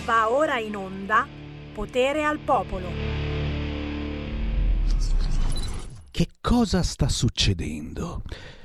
Va ora in onda Potere al Popolo. Che cosa sta succedendo?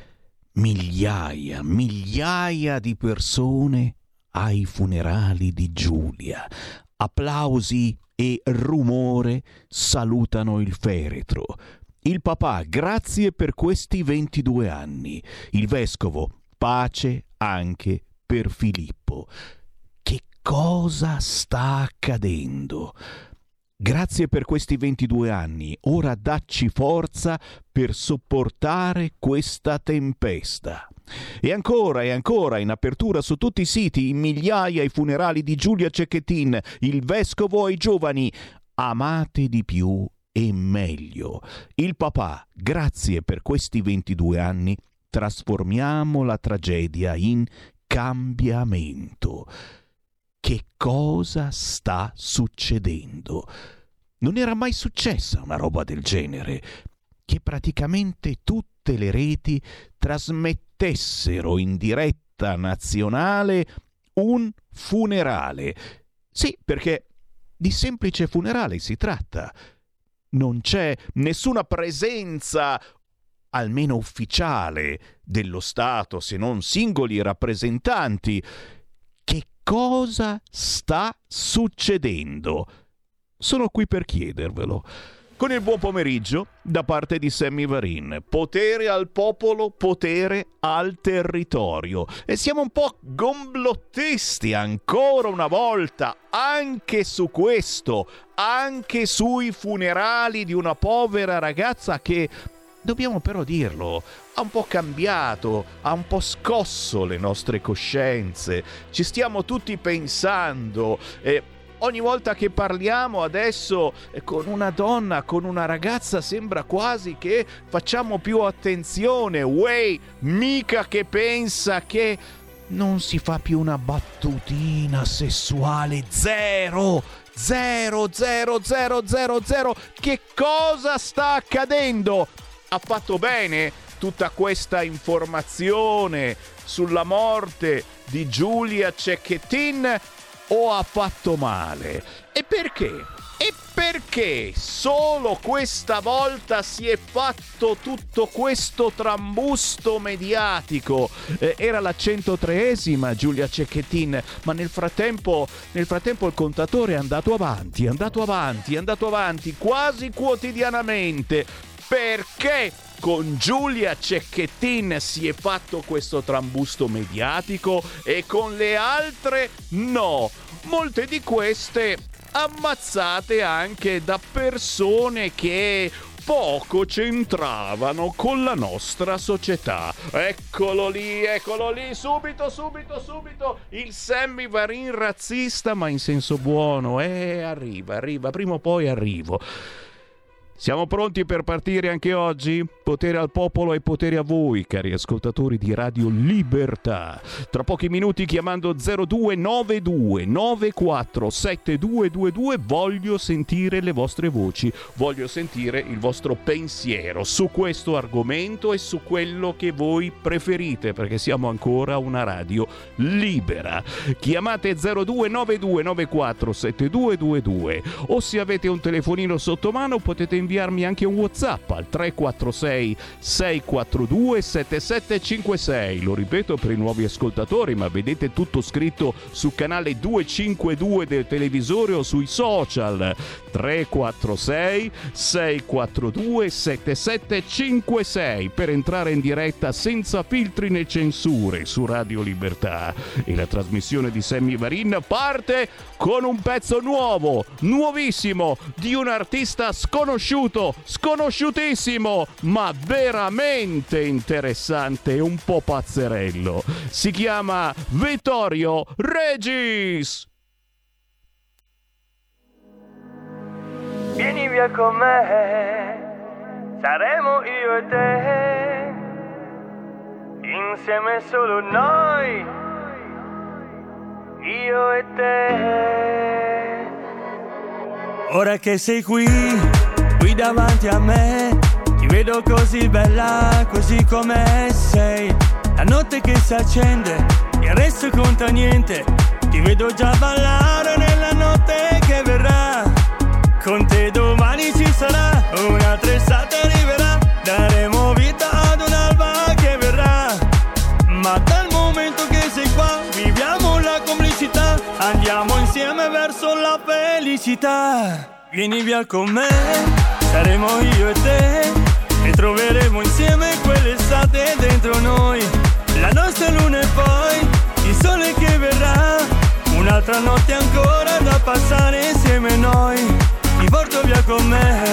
Migliaia di persone ai funerali di Giulia. Applausi e rumore salutano il feretro. Il papà, grazie per questi 22 anni. Il vescovo, pace anche per Filippo. Che cosa sta accadendo? Grazie per questi 22 anni. Ora dacci forza per sopportare questa tempesta. E ancora, in apertura su tutti i siti, in migliaia i funerali di Giulia Cecchettin, il vescovo ai giovani. Amate di più e meglio. Il papà, grazie per questi 22 anni. Trasformiamo la tragedia in cambiamento. Che cosa sta succedendo? Non era mai successa una roba del genere, che praticamente tutte le reti trasmettessero in diretta nazionale un funerale. Sì, perché di semplice funerale si tratta. Non c'è nessuna presenza, almeno ufficiale, dello Stato, se non singoli rappresentanti. Che cosa sta succedendo? Sono qui per chiedervelo. Con il buon pomeriggio da parte di Sammy Varin. Potere al popolo, potere al territorio. E siamo un po' gomblottisti ancora una volta anche su questo, anche sui funerali di una povera ragazza che, dobbiamo però dirlo, ha un po' cambiato, ha un po' scosso le nostre coscienze. Ci stiamo tutti pensando. Ogni volta che parliamo adesso con una donna, con una ragazza, sembra quasi che facciamo più attenzione. Uè, mica che pensa che non si fa più una battutina sessuale. Zero. Che cosa sta accadendo? Ha fatto bene tutta questa informazione sulla morte di Giulia Cecchettin o ha fatto male? E perché? E perché solo questa volta si è fatto tutto questo trambusto mediatico? Era la 103esima Giulia Cecchettin, ma nel frattempo il contatore è andato avanti, quasi quotidianamente. Perché con Giulia Cecchettin si è fatto questo trambusto mediatico e con le altre no? Molte di queste ammazzate anche da persone che poco c'entravano con la nostra società. Eccolo lì, subito, il Sammy Varin razzista, ma in senso buono. Arriva, prima o poi arrivo. Siamo pronti per partire anche oggi? Potere al popolo e potere a voi, cari ascoltatori di Radio Libertà. Tra pochi minuti, chiamando 0292 947222, voglio sentire le vostre voci, voglio sentire il vostro pensiero su questo argomento e su quello che voi preferite, perché siamo ancora una radio libera. Chiamate 0292 947222 o se avete un telefonino sotto mano potete inviarmi anche un WhatsApp al 346 642 7756. Lo ripeto per i nuovi ascoltatori, ma vedete tutto scritto sul canale 252 del televisore o sui social. 346 642 7756 per entrare in diretta senza filtri né censure su Radio Libertà. E la trasmissione di Sammy Varin parte con un pezzo nuovo, nuovissimo, di un artista sconosciutissimo, ma veramente interessante e un po' pazzerello. Si chiama Vittorio Regis. Vieni via con me, saremo io e te, insieme solo noi, io e te. Ora che sei qui davanti a me, ti vedo così bella, così come sei. La notte che si accende, il resto conta niente. Ti vedo già ballare nella notte che verrà. Con te domani ci sarà, un'altra estate arriverà. Daremo vita ad un'alba che verrà. Ma dal momento che sei qua, viviamo la complicità. Andiamo insieme verso la felicità. Vieni via con me, saremo io e te, e troveremo insieme quell'estate dentro noi. La nostra luna e poi il sole che verrà. Un'altra notte ancora da passare insieme noi. Ti porto via con me.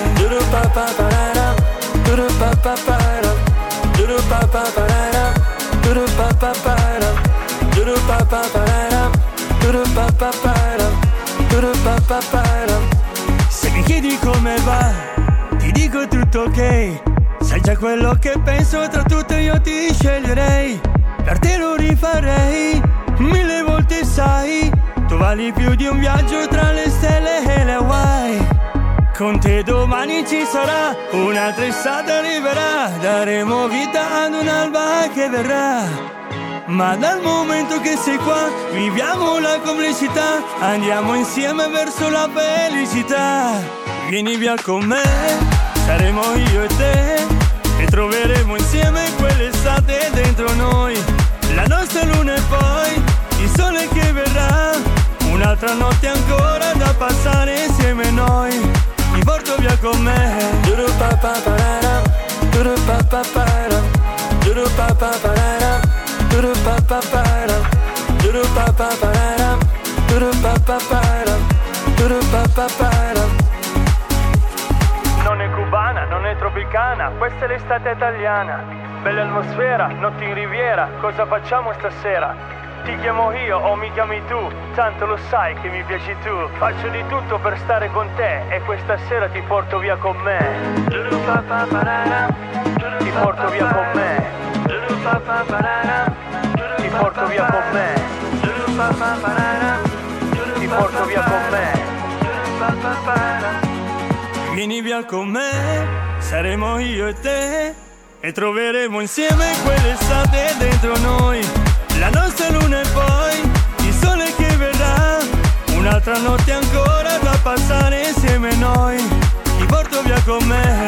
Se mi chiedi come va, ti dico tutto ok. Sai già quello che penso, tra tutto io ti sceglierei. Per te lo rifarei 1000 volte, sai. Tu vali più di un viaggio tra le stelle e le Hawaii. Con te domani ci sarà, un'altra estate arriverà. Daremo vita ad un'alba che verrà. Ma dal momento che sei qua, viviamo la complicità. Andiamo insieme verso la felicità. Vieni via con me, saremo io e te, e troveremo insieme quell'estate dentro noi. La nostra luna e poi il sole che verrà. Un'altra notte ancora da passare insieme noi. Ti porto via con me. Non è cubana, non è tropicana, questa è l'estate italiana. Bella atmosfera, notti in riviera, cosa facciamo stasera? Ti chiamo io o mi chiami tu, tanto lo sai che mi piaci tu. Faccio di tutto per stare con te e questa sera ti porto via con me. Ti porto via con me. Ti porto via con me. Ti porto via con me. Vieni via con me, saremo io e te, e troveremo insieme quell'estate dentro noi. La nostra luna e poi il sole che verrà. Un'altra notte ancora da passare insieme noi. Ti porto via con me.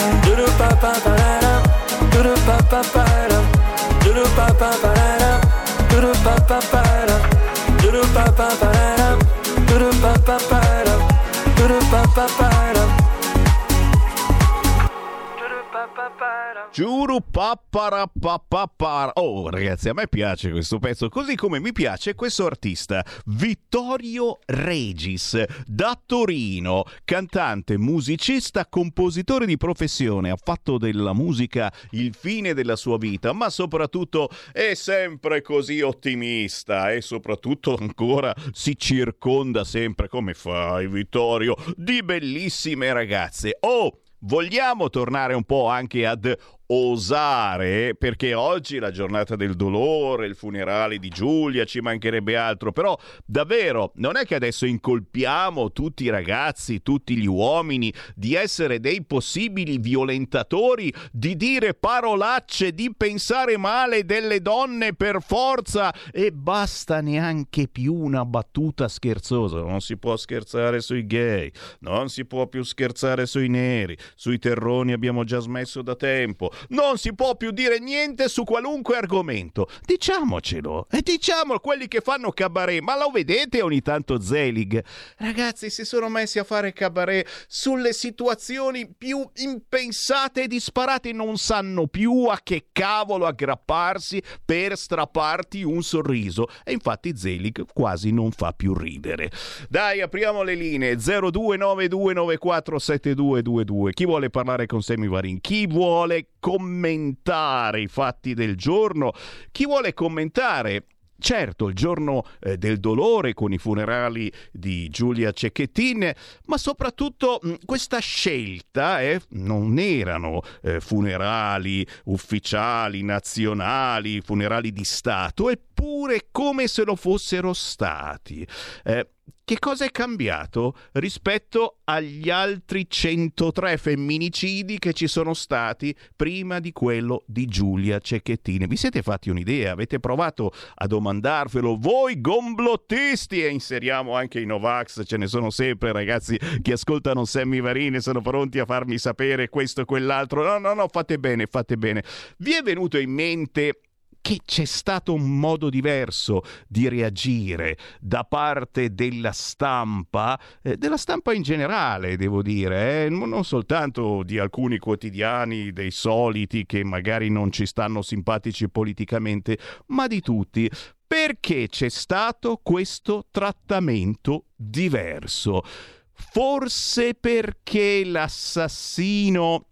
Giuro papparapapapara. Oh ragazzi, a me piace questo pezzo, così come mi piace questo artista Vittorio Regis, da Torino, cantante, musicista, compositore di professione. Ha fatto della musica il fine della sua vita, ma soprattutto è sempre così ottimista e soprattutto ancora si circonda sempre, come fai Vittorio, di bellissime ragazze. Oh, vogliamo tornare un po' anche ad osare, perché oggi è la giornata del dolore, il funerale di Giulia, ci mancherebbe altro, però davvero non è che adesso incolpiamo tutti i ragazzi, tutti gli uomini di essere dei possibili violentatori, di dire parolacce, di pensare male delle donne per forza, e basta neanche più una battuta scherzosa. Non si può scherzare sui gay, non si può più scherzare sui neri, sui terroni abbiamo già smesso da tempo. Non si può più dire niente su qualunque argomento. Diciamocelo. E diciamolo quelli che fanno cabaret. Ma lo vedete ogni tanto Zelig? Ragazzi, si sono messi a fare cabaret sulle situazioni più impensate e disparate. Non sanno più a che cavolo aggrapparsi per strapparti un sorriso. E infatti Zelig quasi non fa più ridere. Dai, apriamo le linee. 0292947222. Chi vuole parlare con Sammy Varin? Chi vuole commentare i fatti del giorno? Chi vuole commentare certo il giorno del dolore con i funerali di Giulia Cecchettin, ma soprattutto questa scelta non erano funerali ufficiali, nazionali, funerali di Stato, eppure eppure come se lo fossero stati. Che cosa è cambiato rispetto agli altri 103 femminicidi che ci sono stati prima di quello di Giulia Cecchettin? Vi siete fatti un'idea? Avete provato a domandarvelo voi gomblottisti? E inseriamo anche i Novax, ce ne sono sempre, ragazzi, che ascoltano Sammy Varin e sono pronti a farmi sapere questo e quell'altro. No, fate bene. Vi è venuto in mente che c'è stato un modo diverso di reagire da parte della stampa in generale, devo dire, non soltanto di alcuni quotidiani, dei soliti che magari non ci stanno simpatici politicamente, ma di tutti. Perché c'è stato questo trattamento diverso? Forse perché l'assassino...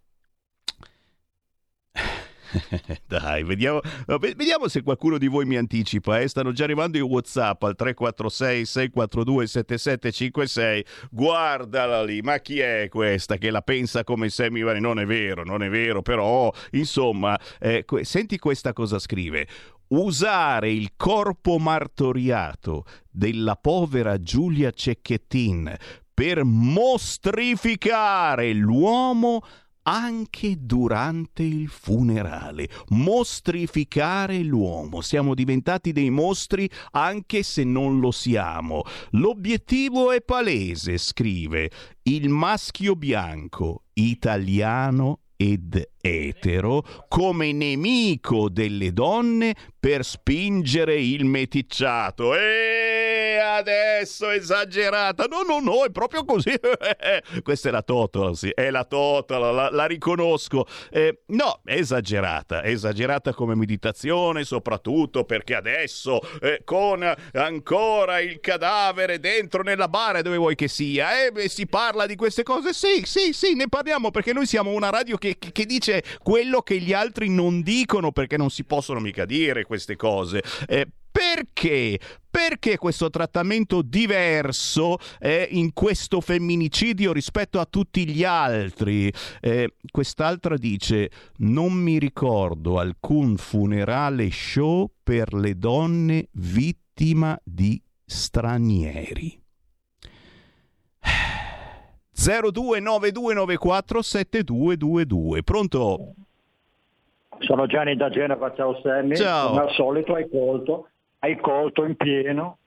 Dai, vediamo se qualcuno di voi mi anticipa. Stanno già arrivando i WhatsApp al 346 642 7756. Guardala lì, ma chi è questa che la pensa come Sammy Varin? Non è vero, però insomma, senti questa cosa scrive: usare il corpo martoriato della povera Giulia Cecchettin per mostrificare l'uomo anche durante il funerale. Mostrificare l'uomo. Siamo diventati dei mostri anche se non lo siamo. L'obiettivo è palese, scrive: il maschio bianco, italiano ed etero, come nemico delle donne per spingere il meticciato. E adesso esagerata. No, è proprio così. Questa è la Totola, sì, è la Totola, la riconosco. No, è esagerata come meditazione, soprattutto perché adesso con ancora il cadavere dentro nella bara, dove vuoi che sia, si parla di queste cose. Sì, ne parliamo, perché noi siamo una radio che dice quello che gli altri non dicono, perché non si possono mica dire queste cose. Perché? Perché questo trattamento diverso in questo femminicidio rispetto a tutti gli altri? Quest'altra dice: non mi ricordo alcun funerale show per le donne vittima di stranieri. 0292947222. Pronto? Sono Gianni da Genova, ciao Sammy. Ciao. Come al solito hai colto in pieno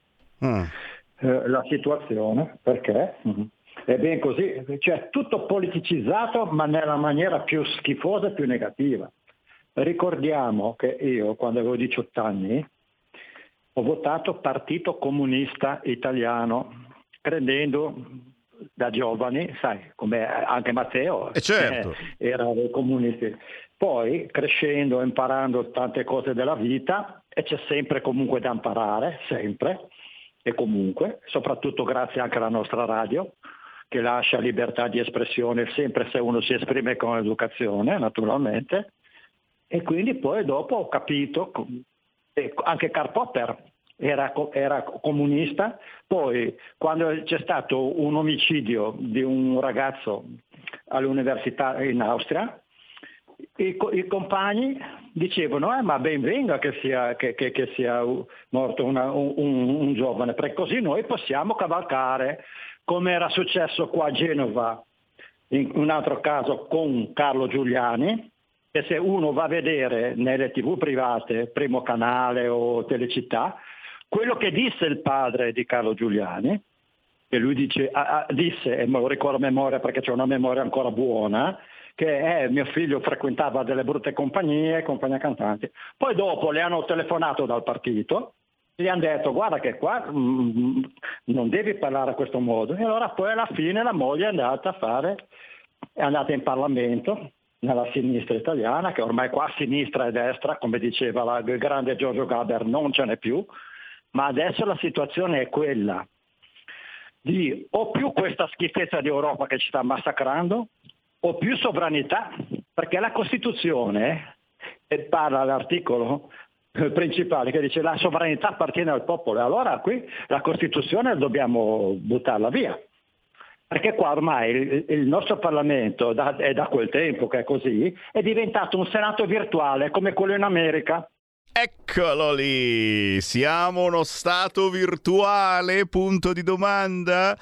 la situazione, perché è ben così, cioè tutto politicizzato, ma nella maniera più schifosa e più negativa. Ricordiamo che io, quando avevo 18 anni, ho votato Partito Comunista Italiano, credendo da giovani, sai, come anche Matteo certo. era dei comunisti. Poi crescendo, imparando tante cose della vita, e c'è sempre comunque da imparare, sempre e comunque, soprattutto grazie anche alla nostra radio, che lascia libertà di espressione sempre se uno si esprime con educazione, naturalmente. E quindi poi dopo ho capito, anche Karl Popper era comunista. Poi quando c'è stato un omicidio di un ragazzo all'università in Austria, i compagni dicevano ma ben venga che sia morto un giovane, perché così noi possiamo cavalcare, come era successo qua a Genova in un altro caso con Carlo Giuliani. E se uno va a vedere nelle TV private, Primo Canale o Telecittà, quello che disse il padre di Carlo Giuliani, che lui disse, e me lo ricordo a memoria perché c'è una memoria ancora buona, che mio figlio frequentava delle brutte compagnie cantanti. Poi dopo le hanno telefonato dal partito, gli hanno detto guarda che qua non devi parlare a questo modo. E allora poi alla fine la moglie è andata in Parlamento, nella sinistra italiana, che ormai qua sinistra e destra, come diceva il grande Giorgio Gaber, non ce n'è più. Ma adesso la situazione è quella di o più questa schifezza di Europa che ci sta massacrando, o più sovranità, perché la Costituzione parla all'articolo principale che dice la sovranità appartiene al popolo. E allora qui la Costituzione dobbiamo buttarla via, perché qua ormai il nostro Parlamento è da quel tempo che è così, è diventato un Senato virtuale come quello in America. Eccolo lì, siamo uno stato virtuale, punto di domanda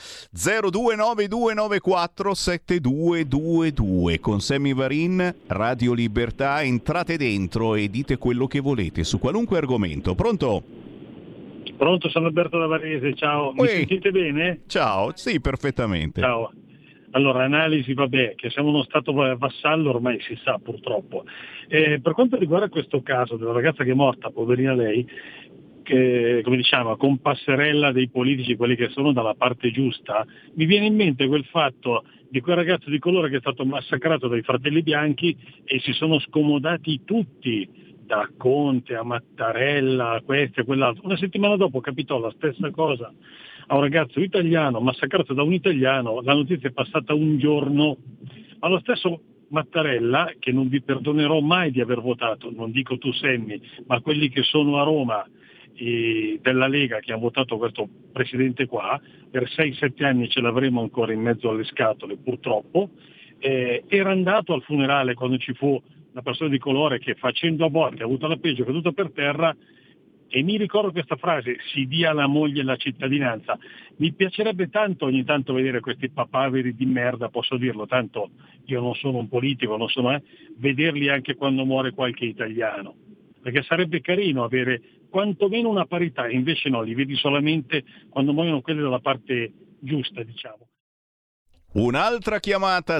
0292947222 con Sammy Varin, Radio Libertà, entrate dentro e dite quello che volete su qualunque argomento. Pronto? Pronto, sono Alberto da Varese, ciao, mi sentite bene? Ciao, sì, perfettamente. Ciao. Allora, analisi, vabbè, che siamo uno stato vassallo ormai si sa purtroppo. Per quanto riguarda questo caso della ragazza che è morta, poverina lei, che come diciamo con passerella dei politici, quelli che sono dalla parte giusta, mi viene in mente quel fatto di quel ragazzo di colore che è stato massacrato dai fratelli bianchi e si sono scomodati tutti, da Conte a Mattarella, a questo e quell'altro. Una settimana dopo capitò la stessa cosa a un ragazzo italiano massacrato da un italiano, la notizia è passata un giorno, ma lo stesso Mattarella, che non vi perdonerò mai di aver votato, non dico tu Sammy, ma quelli che sono a Roma della Lega che hanno votato questo presidente qua, per 6-7 anni ce l'avremo ancora in mezzo alle scatole purtroppo, era andato al funerale quando ci fu una persona di colore che facendo aborti ha avuto la peggio, è caduta per terra. E mi ricordo questa frase, si dia alla moglie la cittadinanza. Mi piacerebbe tanto ogni tanto vedere questi papaveri di merda, posso dirlo, tanto io non sono un politico, non sono, vederli anche quando muore qualche italiano. Perché sarebbe carino avere quantomeno una parità, invece no, li vedi solamente quando muoiono quelli dalla parte giusta, diciamo. Un'altra chiamata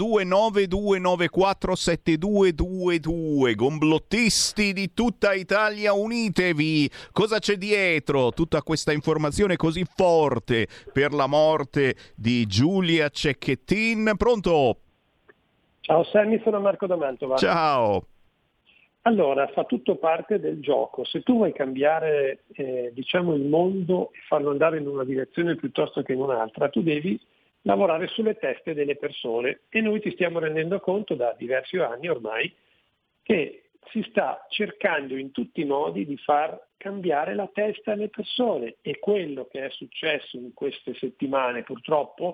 0292947222. Complottisti di tutta Italia, unitevi! Cosa c'è dietro tutta questa informazione così forte per la morte di Giulia Cecchettin? Pronto? Ciao Sammy, sono Marco da Mantova. Ciao! Allora, fa tutto parte del gioco. Se tu vuoi cambiare il mondo e farlo andare in una direzione piuttosto che in un'altra, tu devi lavorare sulle teste delle persone e noi ti stiamo rendendo conto da diversi anni ormai che si sta cercando in tutti i modi di far cambiare la testa alle persone e quello che è successo in queste settimane purtroppo,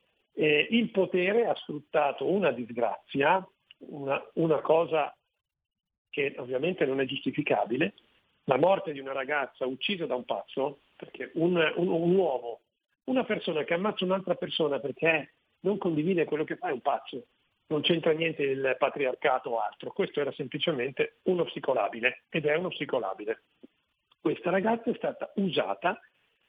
il potere ha sfruttato una disgrazia, una cosa che ovviamente non è giustificabile, la morte di una ragazza uccisa da un pazzo, perché un uomo, una persona che ammazza un'altra persona perché non condivide quello che fa è un pazzo, non c'entra niente il patriarcato o altro, questo era semplicemente uno psicolabile ed è uno psicolabile. Questa ragazza è stata usata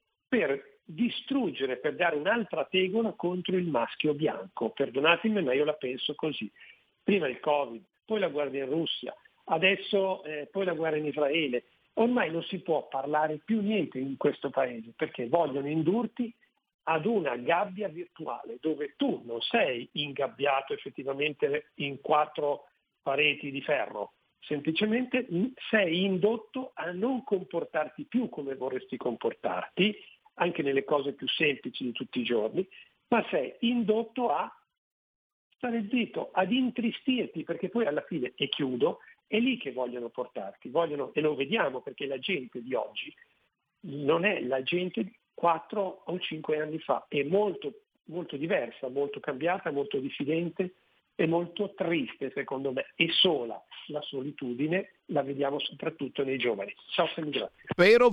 per distruggere, per dare un'altra tegola contro il maschio bianco, perdonatemi ma io la penso così, prima il Covid, poi la guerra in Russia, adesso poi la guerra in Israele, ormai non si può parlare più niente in questo paese perché vogliono indurti ad una gabbia virtuale dove tu non sei ingabbiato effettivamente in 4 pareti di ferro, semplicemente sei indotto a non comportarti più come vorresti comportarti, anche nelle cose più semplici di tutti i giorni, ma sei indotto a stare zitto, ad intristirti, perché poi alla fine, e chiudo, è lì che vogliono portarti, e lo vediamo perché la gente di oggi non è la gente di 4 o 5 anni fa, è molto, molto diversa, molto cambiata, molto diffidente e molto triste secondo me, e sola. La solitudine la vediamo soprattutto nei giovani. Ciao, grazie. Vero.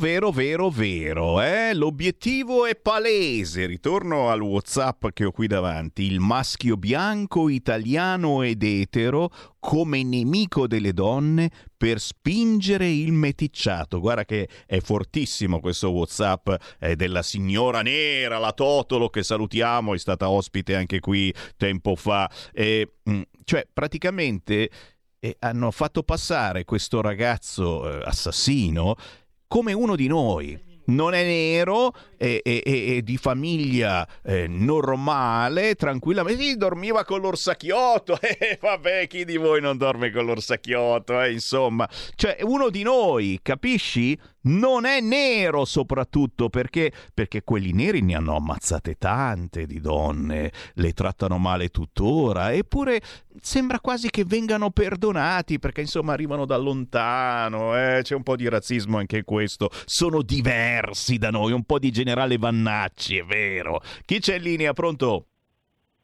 L'obiettivo è palese. Ritorno al WhatsApp che ho qui davanti. Il maschio bianco italiano ed etero come nemico delle donne per spingere il meticciato. Guarda che è fortissimo questo WhatsApp della signora nera, la Totolo, che salutiamo, è stata ospite anche qui tempo fa. Cioè, praticamente hanno fatto passare questo ragazzo assassino come uno di noi. Non è nero, è di famiglia normale, tranquillamente. Sì, dormiva con l'orsacchiotto. Vabbè, chi di voi non dorme con l'orsacchiotto? Insomma, cioè uno di noi, capisci? Non è nero soprattutto perché quelli neri ne hanno ammazzate tante di donne, le trattano male tuttora, eppure sembra quasi che vengano perdonati perché insomma arrivano da lontano, c'è un po' di razzismo anche questo, sono diversi da noi, un po' di generale Vannacci, è vero. Chi c'è in linea? Pronto?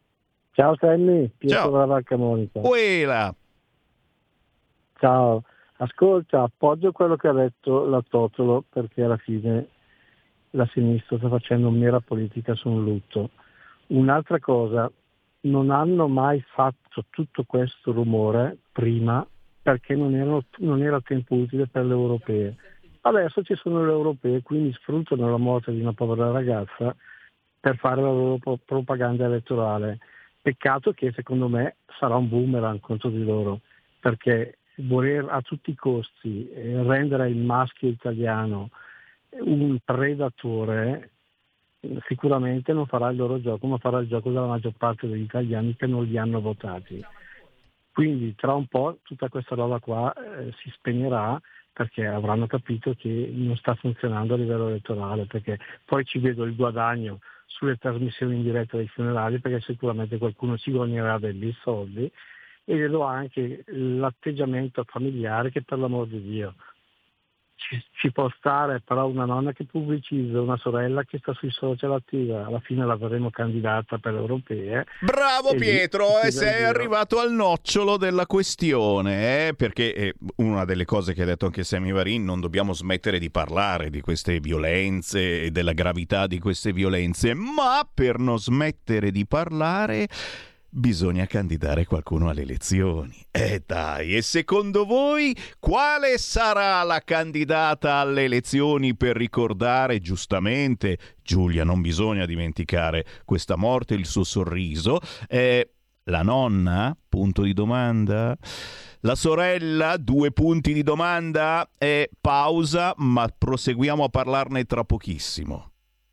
Ciao Sammy, Pietro Ciao. della Vacca Monica. Uela. Ciao. Ascolta, appoggio quello che ha detto la Totolo, perché alla fine la sinistra sta facendo mera politica su un lutto. Un'altra cosa, non hanno mai fatto tutto questo rumore prima perché non era tempo utile per le europee. Adesso ci sono le europee, quindi sfruttano la morte di una povera ragazza per fare la loro propaganda elettorale. Peccato che secondo me sarà un boomerang contro di loro, perché voler a tutti i costi rendere il maschio italiano un predatore sicuramente non farà il loro gioco, ma farà il gioco della maggior parte degli italiani che non li hanno votati. Quindi tra un po' tutta questa roba qua si spegnerà, perché avranno capito che non sta funzionando a livello elettorale, perché poi ci vedo il guadagno sulle trasmissioni in diretta dei funerali, perché sicuramente qualcuno ci guadagnerà degli soldi, e vedo anche l'atteggiamento familiare che, per l'amor di Dio, ci può stare, però una nonna che pubblicizza, una sorella che sta sui social attiva, alla fine la verremo candidata per le europee. Bravo Pietro, e sei arrivato al nocciolo della questione, perché una delle cose che ha detto anche Sammy Varin, non dobbiamo smettere di parlare di queste violenze e della gravità di queste violenze, ma per non smettere di parlare bisogna candidare qualcuno alle elezioni. Dai, e secondo voi quale sarà la candidata alle elezioni per ricordare giustamente, Giulia, non bisogna dimenticare questa morte, il suo sorriso, la nonna? Punto di domanda. La sorella? Due punti di domanda. Pausa, ma proseguiamo a parlarne tra pochissimo.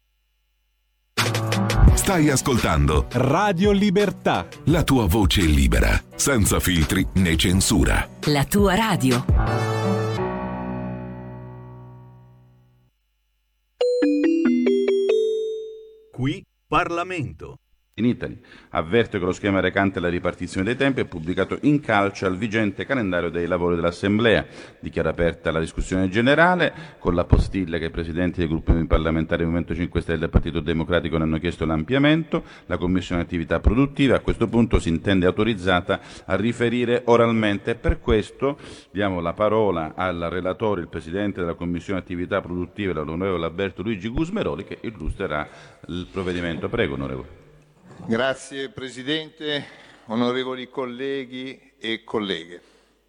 Stai ascoltando Radio Libertà, la tua voce libera, senza filtri né censura. La tua radio. Qui Parlamento. In Italy avverte che lo schema recante la ripartizione dei tempi è pubblicato in calce al vigente calendario dei lavori dell'Assemblea. Dichiara aperta la discussione generale con la postilla che i presidenti dei gruppi parlamentari del Movimento 5 Stelle e del Partito Democratico ne hanno chiesto l'ampliamento. La Commissione Attività Produttive a questo punto si intende autorizzata a riferire oralmente. Per questo diamo la parola al relatore, il presidente della Commissione Attività Produttive, l'onorevole Alberto Luigi Gusmeroli, che illustrerà il provvedimento. Prego, onorevole. Grazie Presidente, onorevoli colleghi e colleghe.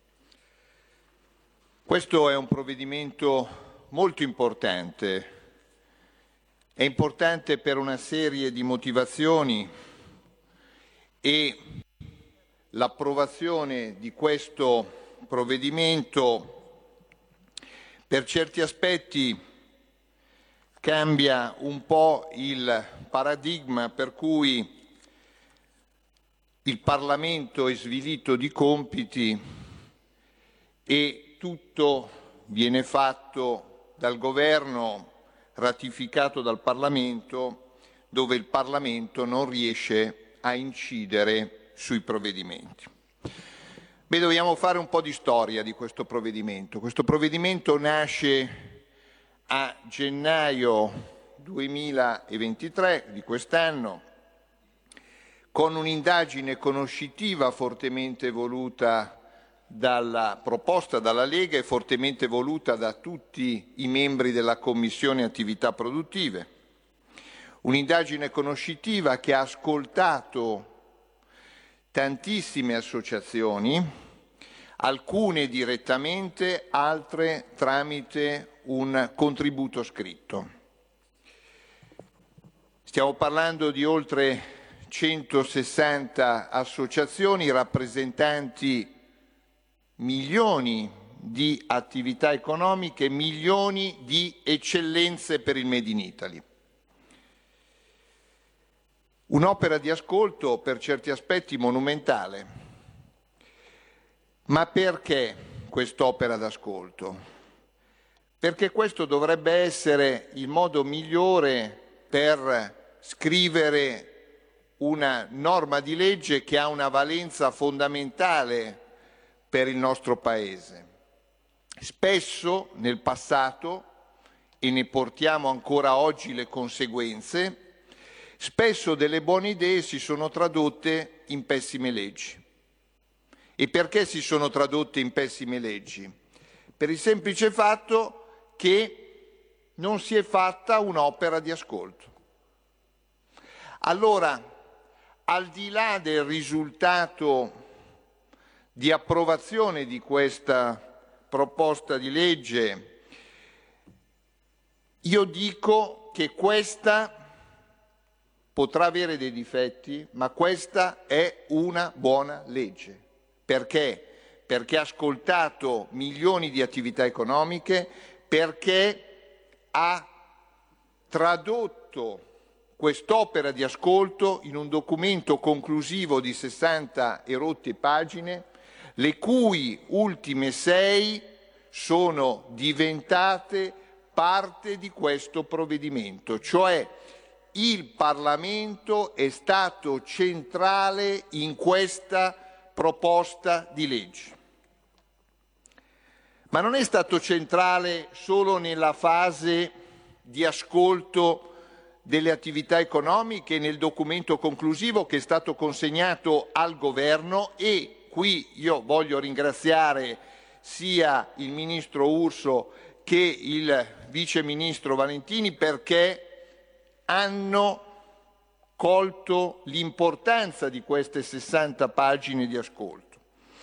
Questo è un provvedimento molto importante. È importante per una serie di motivazioni e l'approvazione di questo provvedimento per certi aspetti cambia un po' il paradigma per cui il Parlamento è svilito di compiti e tutto viene fatto dal Governo, ratificato dal Parlamento, dove il Parlamento non riesce a incidere sui provvedimenti. Beh, dobbiamo fare un po' di storia di questo provvedimento. Questo provvedimento nasce a gennaio 2023 di quest'anno, con un'indagine conoscitiva fortemente voluta proposta dalla Lega e fortemente voluta da tutti i membri della Commissione Attività Produttive. Un'indagine conoscitiva che ha ascoltato tantissime associazioni, alcune direttamente, altre tramite un contributo scritto. Stiamo parlando di oltre 160 associazioni rappresentanti milioni di attività economiche, milioni di eccellenze per il Made in Italy. Un'opera di ascolto per certi aspetti monumentale. Ma perché quest'opera d'ascolto? Perché questo dovrebbe essere il modo migliore per scrivere una norma di legge che ha una valenza fondamentale per il nostro Paese. Spesso nel passato, e ne portiamo ancora oggi le conseguenze, spesso delle buone idee si sono tradotte in pessime leggi. E perché si sono tradotte in pessime leggi? per il semplice fatto che non si è fatta un'opera di ascolto. Allora, al di là del risultato di approvazione di questa proposta di legge, io dico che questa potrà avere dei difetti, ma questa è una buona legge. Perché? Perché ha ascoltato milioni di attività economiche, perché ha tradotto quest'opera di ascolto in un documento conclusivo di 60 e rotte pagine, le cui ultime 6 sono diventate parte di questo provvedimento, cioè il Parlamento è stato centrale in questa proposta di legge. Ma non è stato centrale solo nella fase di ascolto delle attività economiche nel documento conclusivo che è stato consegnato al Governo, e qui io voglio ringraziare sia il Ministro Urso che il Vice Ministro Valentini, perché hanno colto l'importanza di queste 60 pagine di ascolto.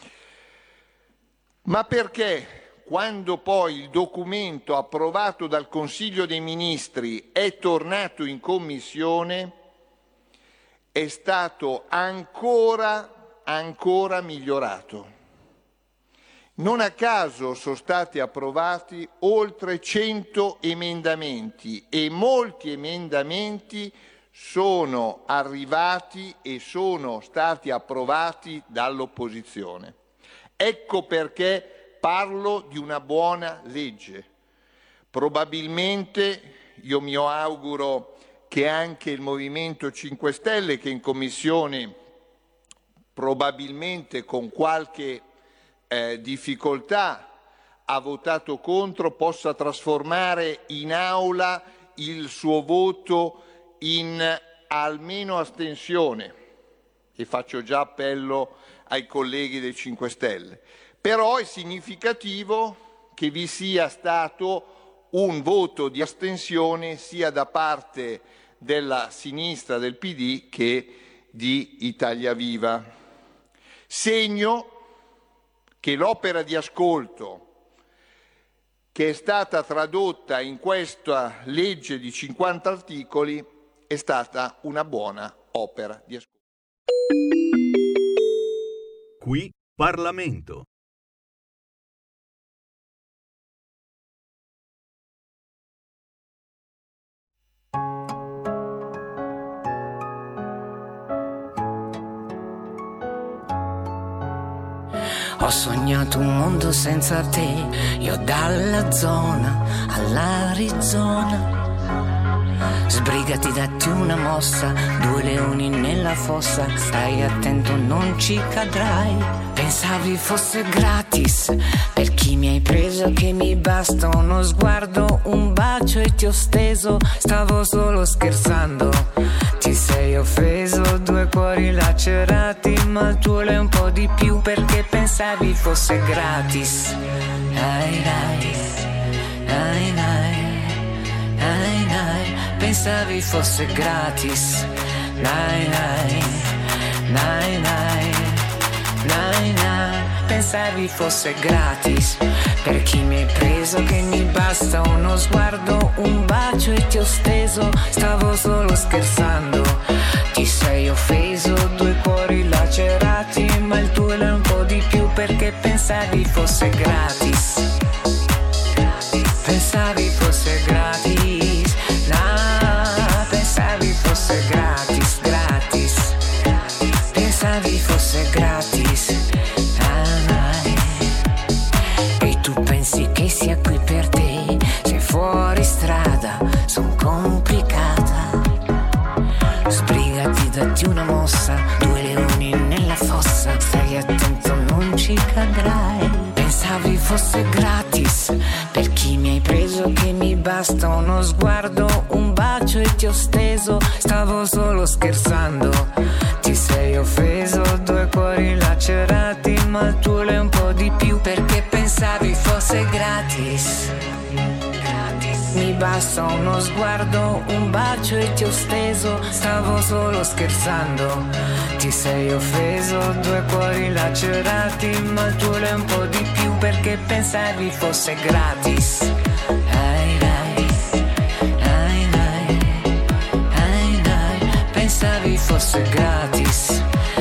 Ma perché quando poi il documento approvato dal Consiglio dei Ministri è tornato in Commissione è stato ancora migliorato. Non a caso sono stati approvati oltre 100 emendamenti e molti emendamenti sono arrivati e sono stati approvati dall'opposizione. Ecco perché parlo di una buona legge. Probabilmente io mi auguro che anche il Movimento 5 Stelle, che in Commissione probabilmente con qualche difficoltà ha votato contro, possa trasformare in aula il suo voto in almeno astensione, e faccio già appello ai colleghi del 5 Stelle. Però è significativo che vi sia stato un voto di astensione sia da parte della sinistra del PD che di Italia Viva. Segno che l'opera di ascolto che è stata tradotta in questa legge di 50 articoli è stata una buona opera di ascolto. Qui Parlamento. Ho sognato un mondo senza te, io dalla zona all'Arizona. Sbrigati, datti una mossa, 2 leoni nella fossa, stai attento, non ci cadrai. Pensavi fosse gratis, per chi mi hai preso che mi basta uno sguardo, un bacio e ti ho steso, stavo solo scherzando. Ti sei offeso, 2 cuori lacerati, ma il tuo è un po' di più perché pensavi fosse gratis. Ai, ai, ai, ai, ai, ai. Pensavi fosse gratis. Ai, ai, ai, ai, ai, ai. Pensavi fosse gratis, per chi mi hai preso che mi basta uno sguardo, un bacio e ti ho steso, stavo solo scherzando. Ti sei offeso, 2 cuori lacerati, ma il tuo è un po' di più perché pensavi fosse gratis. Pensavi fosse gratis, no, pensavi fosse gratis, gratis. Pensavi fosse gratis. E tu pensi che sia qui per te, sei fuori strada, son complicata. Sbrigati, datti una mossa, 2 leoni nella fossa, stai attento, non ci cadrai. Pensavi fosse gratis, per chi mi hai preso che mi basta uno sguardo, un bacio e ti ho steso, stavo solo scherzando. Ti sei offeso, 2 cuori lacerati, ma il tuo è un po' di più, perché pensavi fosse gratis. Mi basta uno sguardo, un bacio e ti ho steso. Stavo solo scherzando, ti sei offeso. 2 cuori lacerati, ma il tuo è un po' di più, perché pensavi fosse gratis. Pensavi fosse gratis.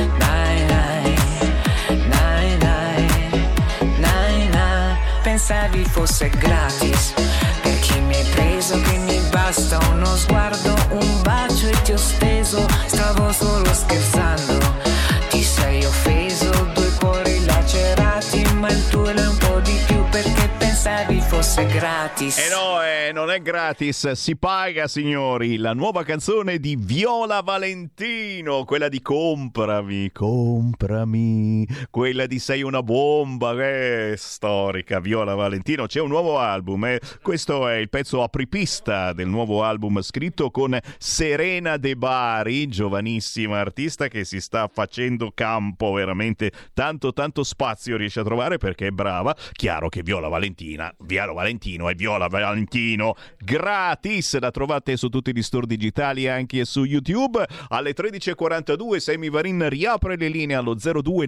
Pensavi fosse gratis. Per chi mi hai preso che mi basta uno sguardo, un bacio e ti ho steso. Stavo solo scherzando, ti sei offeso. 2 cuori lacerati, ma il tuo è un po' di più, perché pensavi fosse gratis. No, non è gratis, si paga, signori. La nuova canzone di Viola Valentino, quella di Comprami, quella di Sei una bomba, storica Viola Valentino. C'è un nuovo album, questo è il pezzo apripista del nuovo album scritto con Serena De Bari, giovanissima artista che si sta facendo campo, veramente tanto spazio riesce a trovare perché è brava. Chiaro che Viola Valentino è Viola Valentino gratis, la trovate su tutti gli store digitali, anche su YouTube. Alle 13.42 Sammy Varin riapre le linee allo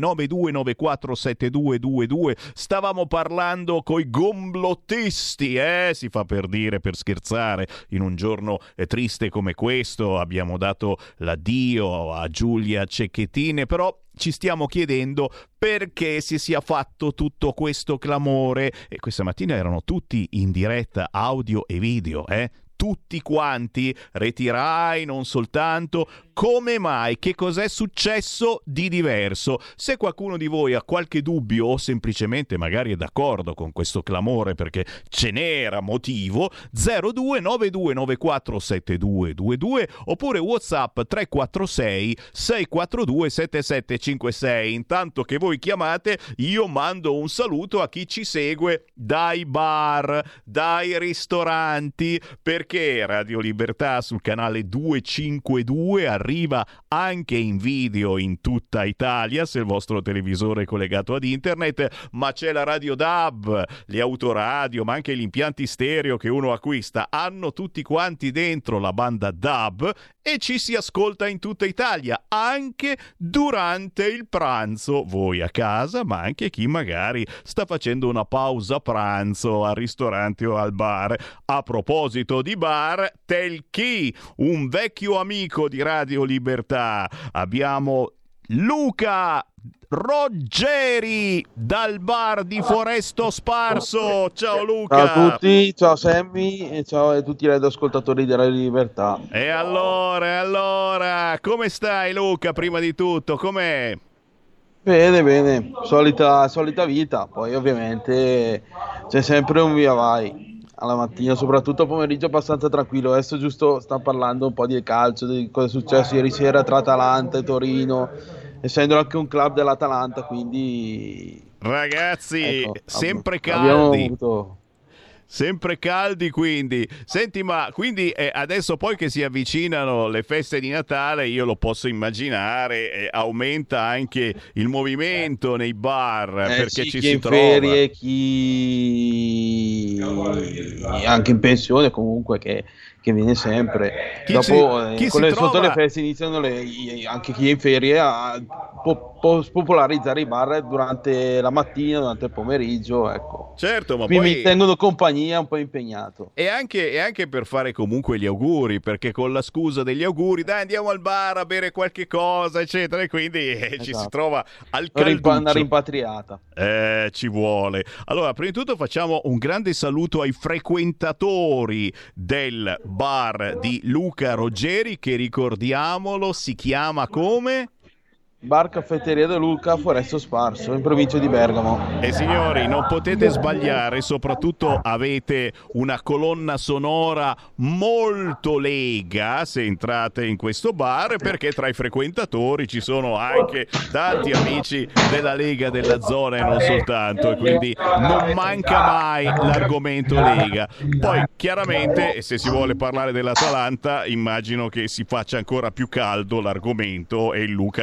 0292947222. Stavamo parlando coi gomblottisti, si fa per dire, per scherzare. In un giorno triste come questo abbiamo dato l'addio a Giulia Cecchettin, però ci stiamo chiedendo perché si sia fatto tutto questo clamore, e questa mattina erano tutti in diretta audio e video, tutti quanti, Reti Rai, non soltanto. Come mai? Che cos'è successo di diverso? Se qualcuno di voi ha qualche dubbio o semplicemente magari è d'accordo con questo clamore perché ce n'era motivo, 0292947222 oppure WhatsApp 346 642 7756. Intanto che voi chiamate, io mando un saluto a chi ci segue dai bar, dai ristoranti, perché Radio Libertà sul canale 252 arriva anche in video in tutta Italia se il vostro televisore è collegato ad internet, ma c'è la radio DAB, le autoradio, ma anche gli impianti stereo che uno acquista hanno tutti quanti dentro la banda DAB e ci si ascolta in tutta Italia anche durante il pranzo, voi a casa, ma anche chi magari sta facendo una pausa pranzo al ristorante o al bar. A proposito di bar, Telchi, un vecchio amico di Radio Libertà. Abbiamo Luca Roggeri dal bar di Foresto Sparso. Ciao Luca. Ciao a tutti, ciao Sammy e ciao a tutti gli ascoltatori di Radio Libertà. E allora, come stai Luca? Prima di tutto, com'è? Bene, solita vita, poi ovviamente c'è sempre un via vai. Alla mattina, soprattutto pomeriggio abbastanza tranquillo. Adesso giusto sta parlando un po' di calcio, di cosa è successo ieri sera tra Atalanta e Torino, essendo anche un club dell'Atalanta, quindi ragazzi, ecco, sempre caldi, quindi. Senti, ma quindi adesso poi che si avvicinano le feste di Natale, io lo posso immaginare, aumenta anche il movimento nei bar, perché sì, ci chi si in trova. Ferie, chi anche in pensione comunque che viene sempre. Dopo sotto le feste iniziano anche chi è in ferie può spopolarizzare i bar durante la mattina, durante il pomeriggio, ecco. Certo, ma qui poi mi tengono compagnia, un po' impegnato. E anche per fare comunque gli auguri, perché con la scusa degli auguri, dai, andiamo al bar a bere qualche cosa, eccetera, e quindi ci si trova al calduccio. Una rimpatriata. Ci vuole. Allora, prima di tutto facciamo un grande saluto ai frequentatori del bar di Luca Roggeri, che ricordiamolo si chiama come? Bar Caffetteria De Luca, Foresto Sparso, in provincia di Bergamo. E signori, non potete sbagliare, soprattutto avete una colonna sonora molto lega se entrate in questo bar, perché tra i frequentatori ci sono anche tanti amici della Lega della zona e non soltanto, e quindi non manca mai l'argomento Lega. Poi chiaramente, se si vuole parlare dell'Atalanta, immagino che si faccia ancora più caldo l'argomento, e Luca è sempre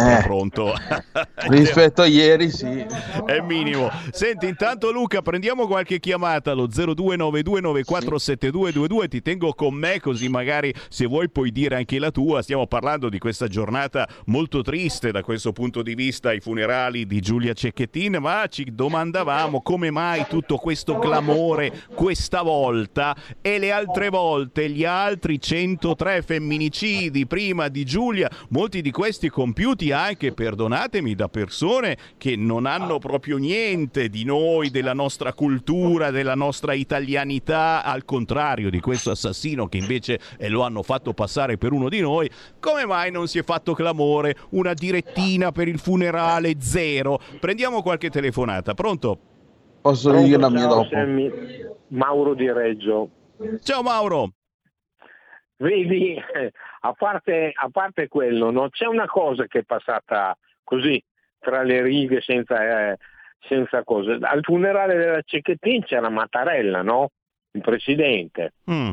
sia pronto. Rispetto a ieri sì. È minimo. Senti, intanto Luca, prendiamo qualche chiamata allo 0292947222. Ti tengo con me, così magari se vuoi puoi dire anche la tua. Stiamo parlando di questa giornata molto triste da questo punto di vista, i funerali di Giulia Cecchettin, ma ci domandavamo come mai tutto questo clamore questa volta e le altre volte, gli altri 103 femminicidi prima di Giulia, molti di questi compiuti anche, perdonatemi, da persone che non hanno proprio niente di noi, della nostra cultura, della nostra italianità, al contrario di questo assassino che invece lo hanno fatto passare per uno di noi. Come mai non si è fatto clamore, una direttina per il funerale, zero? Prendiamo qualche telefonata. Pronto? Posso dire la mia dopo? Mauro di Reggio. Ciao Mauro. Vedi, a parte quello, no? C'è una cosa che è passata così tra le righe senza cose. Al funerale della Cecchettin c'era Mattarella, no? Il presidente. A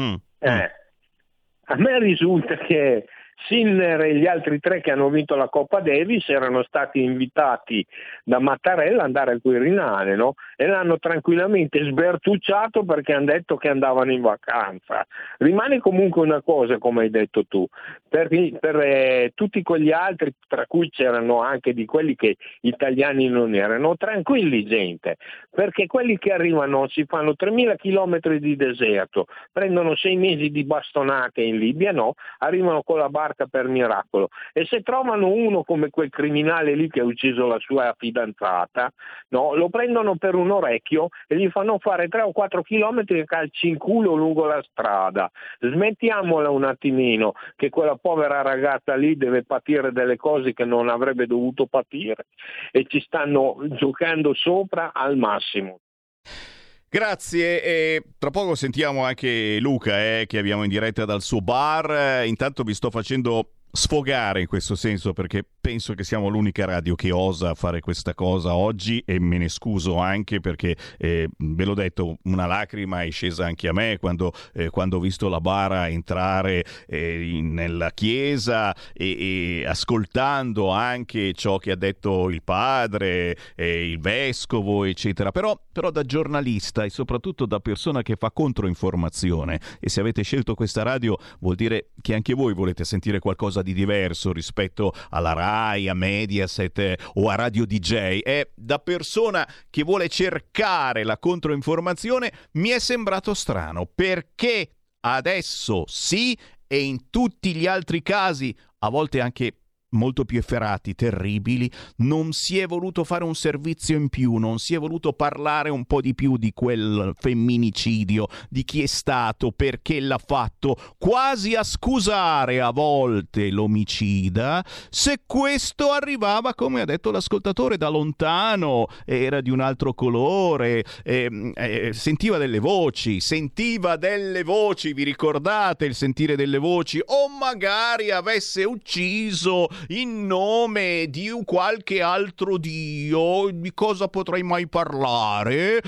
me risulta che Sinner e gli altri 3 che hanno vinto la Coppa Davis erano stati invitati da Mattarella ad andare al Quirinale, no? E l'hanno tranquillamente sbertucciato perché hanno detto che andavano in vacanza. Rimane comunque una cosa, come hai detto tu, per tutti quegli altri, tra cui c'erano anche di quelli che italiani non erano, tranquilli gente, perché quelli che arrivano si fanno 3.000 chilometri di deserto, prendono 6 mesi di bastonate in Libia, no? Arrivano con la barca per miracolo, e se trovano uno come quel criminale lì che ha ucciso la sua fidanzata, no, lo prendono per un orecchio e gli fanno fare 3 o 4 chilometri e calci in culo lungo la strada. Smettiamola un attimino che quella povera ragazza lì deve patire delle cose che non avrebbe dovuto patire, e ci stanno giocando sopra al massimo. Grazie, e tra poco sentiamo anche Luca che abbiamo in diretta dal suo bar. Intanto vi sto facendo sfogare in questo senso perché penso che siamo l'unica radio che osa fare questa cosa oggi, e me ne scuso anche perché ve l'ho detto, una lacrima è scesa anche a me quando ho visto la bara entrare nella chiesa e ascoltando anche ciò che ha detto il padre, il vescovo, eccetera. Però da giornalista e soprattutto da persona che fa controinformazione, e se avete scelto questa radio vuol dire che anche voi volete sentire qualcosa di diverso rispetto alla Rai, a Mediaset o a Radio DJ, e da persona che vuole cercare la controinformazione mi è sembrato strano, perché adesso sì e in tutti gli altri casi, a volte anche molto più efferati, terribili, non si è voluto fare un servizio in più, non si è voluto parlare un po' di più di quel femminicidio, di chi è stato, perché l'ha fatto, quasi a scusare a volte l'omicida, se questo arrivava, come ha detto l'ascoltatore, da lontano, era di un altro colore, sentiva delle voci, vi ricordate il sentire delle voci, o magari avesse ucciso in nome di qualche altro dio, di cosa potrei mai parlare?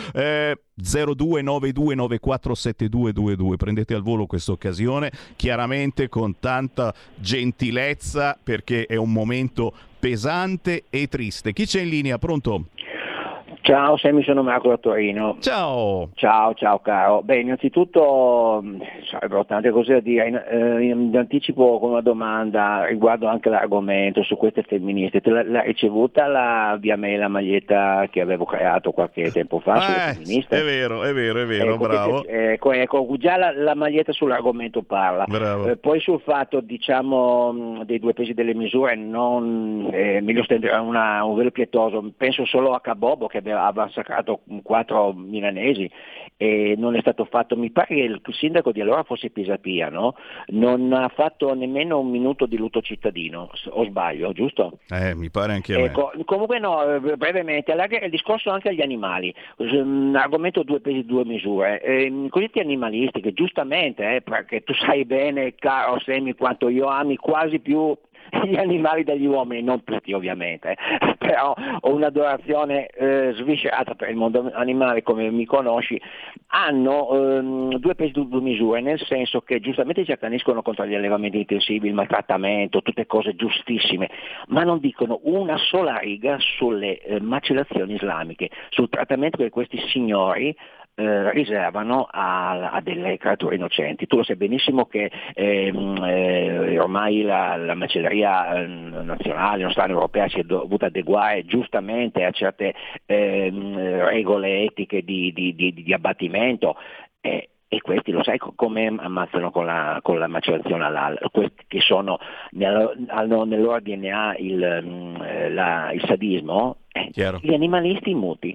0292947222, prendete al volo questa occasione, chiaramente con tanta gentilezza, perché è un momento pesante e triste. Chi c'è in linea? Pronto? Ciao Sammy, sono Marco da Torino. Ciao caro. Beh, innanzitutto sarebbero tante cose da dire, in anticipo con una domanda riguardo anche l'argomento su queste femministe. L'ha ricevuta via me la maglietta che avevo creato qualche tempo fa sulle femministe? È vero, bravo. Ecco, già la maglietta sull'argomento parla. Poi sul fatto, diciamo, dei 2 pesi delle misure, non meglio stendere un velo pietoso, penso solo a Kabobo che aveva massacrato 4 milanesi e non è stato fatto, mi pare che il sindaco di allora fosse Pisapia, no? Non ha fatto nemmeno un minuto di lutto cittadino, o sbaglio, giusto? Mi pare anche a me. Comunque no, brevemente, allargare il discorso anche agli animali, argomento 2 pesi 2 misure, cosiddetti animalisti che giustamente, perché tu sai bene, caro Semi, quanto io ami quasi più gli animali dagli uomini, non tutti ovviamente, però ho un'adorazione sviscerata per il mondo animale, come mi conosci. Hanno due pesi due misure, nel senso che giustamente si accaniscono contro gli allevamenti intensivi, il maltrattamento, tutte cose giustissime, ma non dicono una sola riga sulle macellazioni islamiche, sul trattamento che questi signori riservano a delle creature innocenti. Tu lo sai benissimo che ormai la macelleria nazionale, non stata europea, si è dovuta adeguare giustamente a certe regole etiche di abbattimento. E questi lo sai come ammazzano con la macellazione halal? Questi che hanno nel loro DNA il sadismo, gli animalisti muti.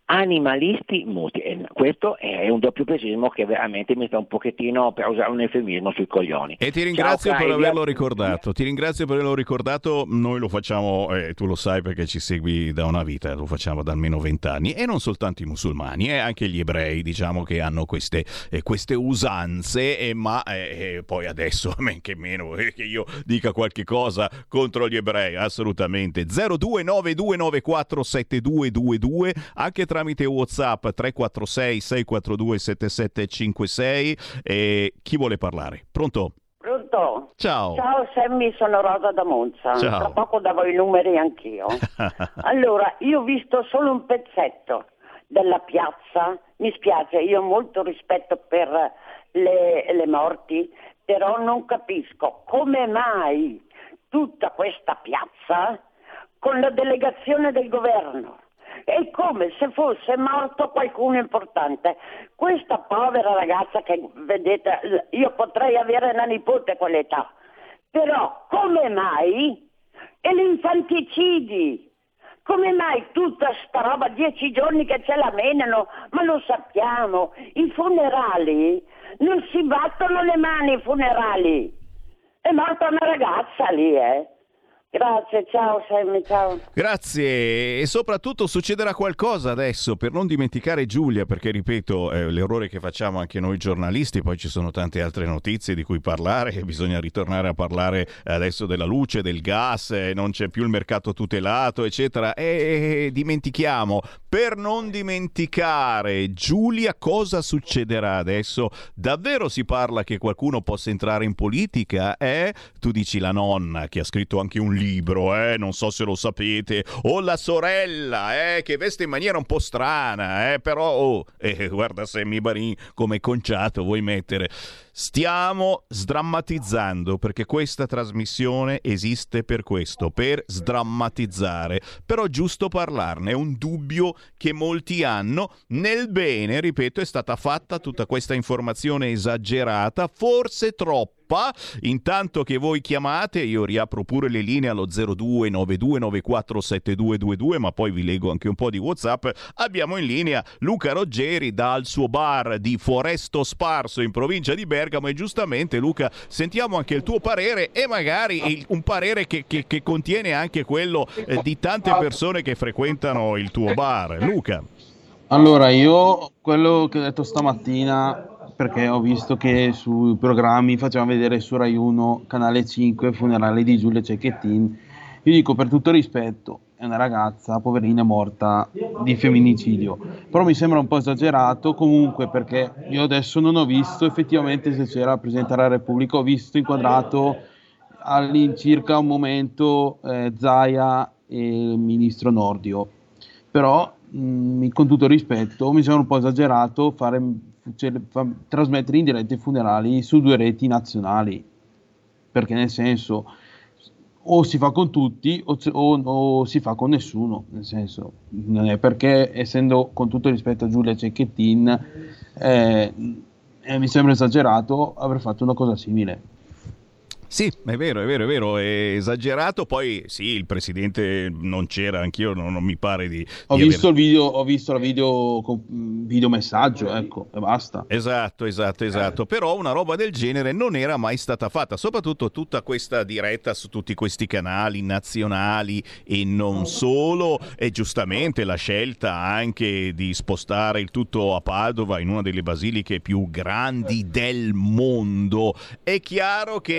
E questo è un doppio pesismo che veramente mi sta un pochettino, per usare un eufemismo, sui coglioni. E ti ringrazio per averlo ricordato. Noi lo facciamo, tu lo sai perché ci segui da una vita, lo facciamo da almeno 20 anni, e non soltanto i musulmani, anche gli ebrei, diciamo, che hanno queste usanze, ma poi adesso men che meno che io dica qualche cosa contro gli ebrei, assolutamente. 0292947222, anche tramite WhatsApp 346 642 7756. Chi vuole parlare? Pronto? Pronto? Ciao. Ciao Sammy, sono Rosa da Monza. Ciao. Tra poco darò i numeri anch'io. Allora, io ho visto solo un pezzetto della piazza. Mi spiace, io ho molto rispetto per le morti, però non capisco come mai tutta questa piazza con la delegazione del governo. È come se fosse morto qualcuno importante. Questa povera ragazza che vedete, io potrei avere una nipote a quell'età, però come mai? E gli infanticidi? Come mai tutta sta roba, 10 giorni che ce la menano? Ma lo sappiamo, i funerali, non si battono le mani i funerali. È morta una ragazza lì, Grazie, ciao Sammy, ciao. Grazie, e soprattutto succederà qualcosa adesso per non dimenticare Giulia, perché ripeto, l'errore che facciamo anche noi giornalisti, poi ci sono tante altre notizie di cui parlare, e bisogna ritornare a parlare adesso della luce, del gas, non c'è più il mercato tutelato, eccetera, e dimentichiamo. Per non dimenticare, Giulia, cosa succederà adesso? Davvero si parla che qualcuno possa entrare in politica? Tu dici la nonna, che ha scritto anche un libro, non so se lo sapete, o la sorella, che veste in maniera un po' strana, però, guarda Sammy Varin come conciato vuoi mettere. Stiamo sdrammatizzando, perché questa trasmissione esiste per questo, per sdrammatizzare, però giusto parlarne, è un dubbio che molti hanno. Nel bene, ripeto, è stata fatta tutta questa informazione esagerata, forse troppa. Intanto che voi chiamate, io riapro pure le linee allo 0292947222, ma poi vi leggo anche un po' di WhatsApp. Abbiamo in linea Luca Roggeri dal suo bar di Foresto Sparso in provincia di Bergamo, e giustamente Luca sentiamo anche il tuo parere, e magari un parere che contiene anche quello di tante persone che frequentano il tuo bar. Luca. Allora, io quello che ho detto stamattina, perché ho visto che sui programmi facevano vedere su Rai 1, Canale 5, funerale di Giulia Cecchettin, io dico, per tutto rispetto, è una ragazza poverina morta di femminicidio, però mi sembra un po' esagerato comunque, perché io adesso non ho visto effettivamente se c'era il Presidente della Repubblica, ho visto inquadrato all'incirca un momento Zaia e il ministro Nordio, però con tutto rispetto mi sembra un po' esagerato trasmettere in diretta i funerali su 2 reti nazionali, perché nel senso o si fa con tutti o si fa con nessuno, nel senso, non è perché, essendo, con tutto rispetto a Giulia Cecchettin, mi sembra esagerato aver fatto una cosa simile. Sì, è vero, è esagerato. Poi sì, il presidente non c'era, anch'io non mi pare di visto il video, ho visto la video messaggio, ecco, e basta. Esatto. Però una roba del genere non era mai stata fatta, soprattutto tutta questa diretta su tutti questi canali nazionali e non solo, e giustamente la scelta anche di spostare il tutto a Padova, in una delle basiliche più grandi del mondo. È chiaro che questa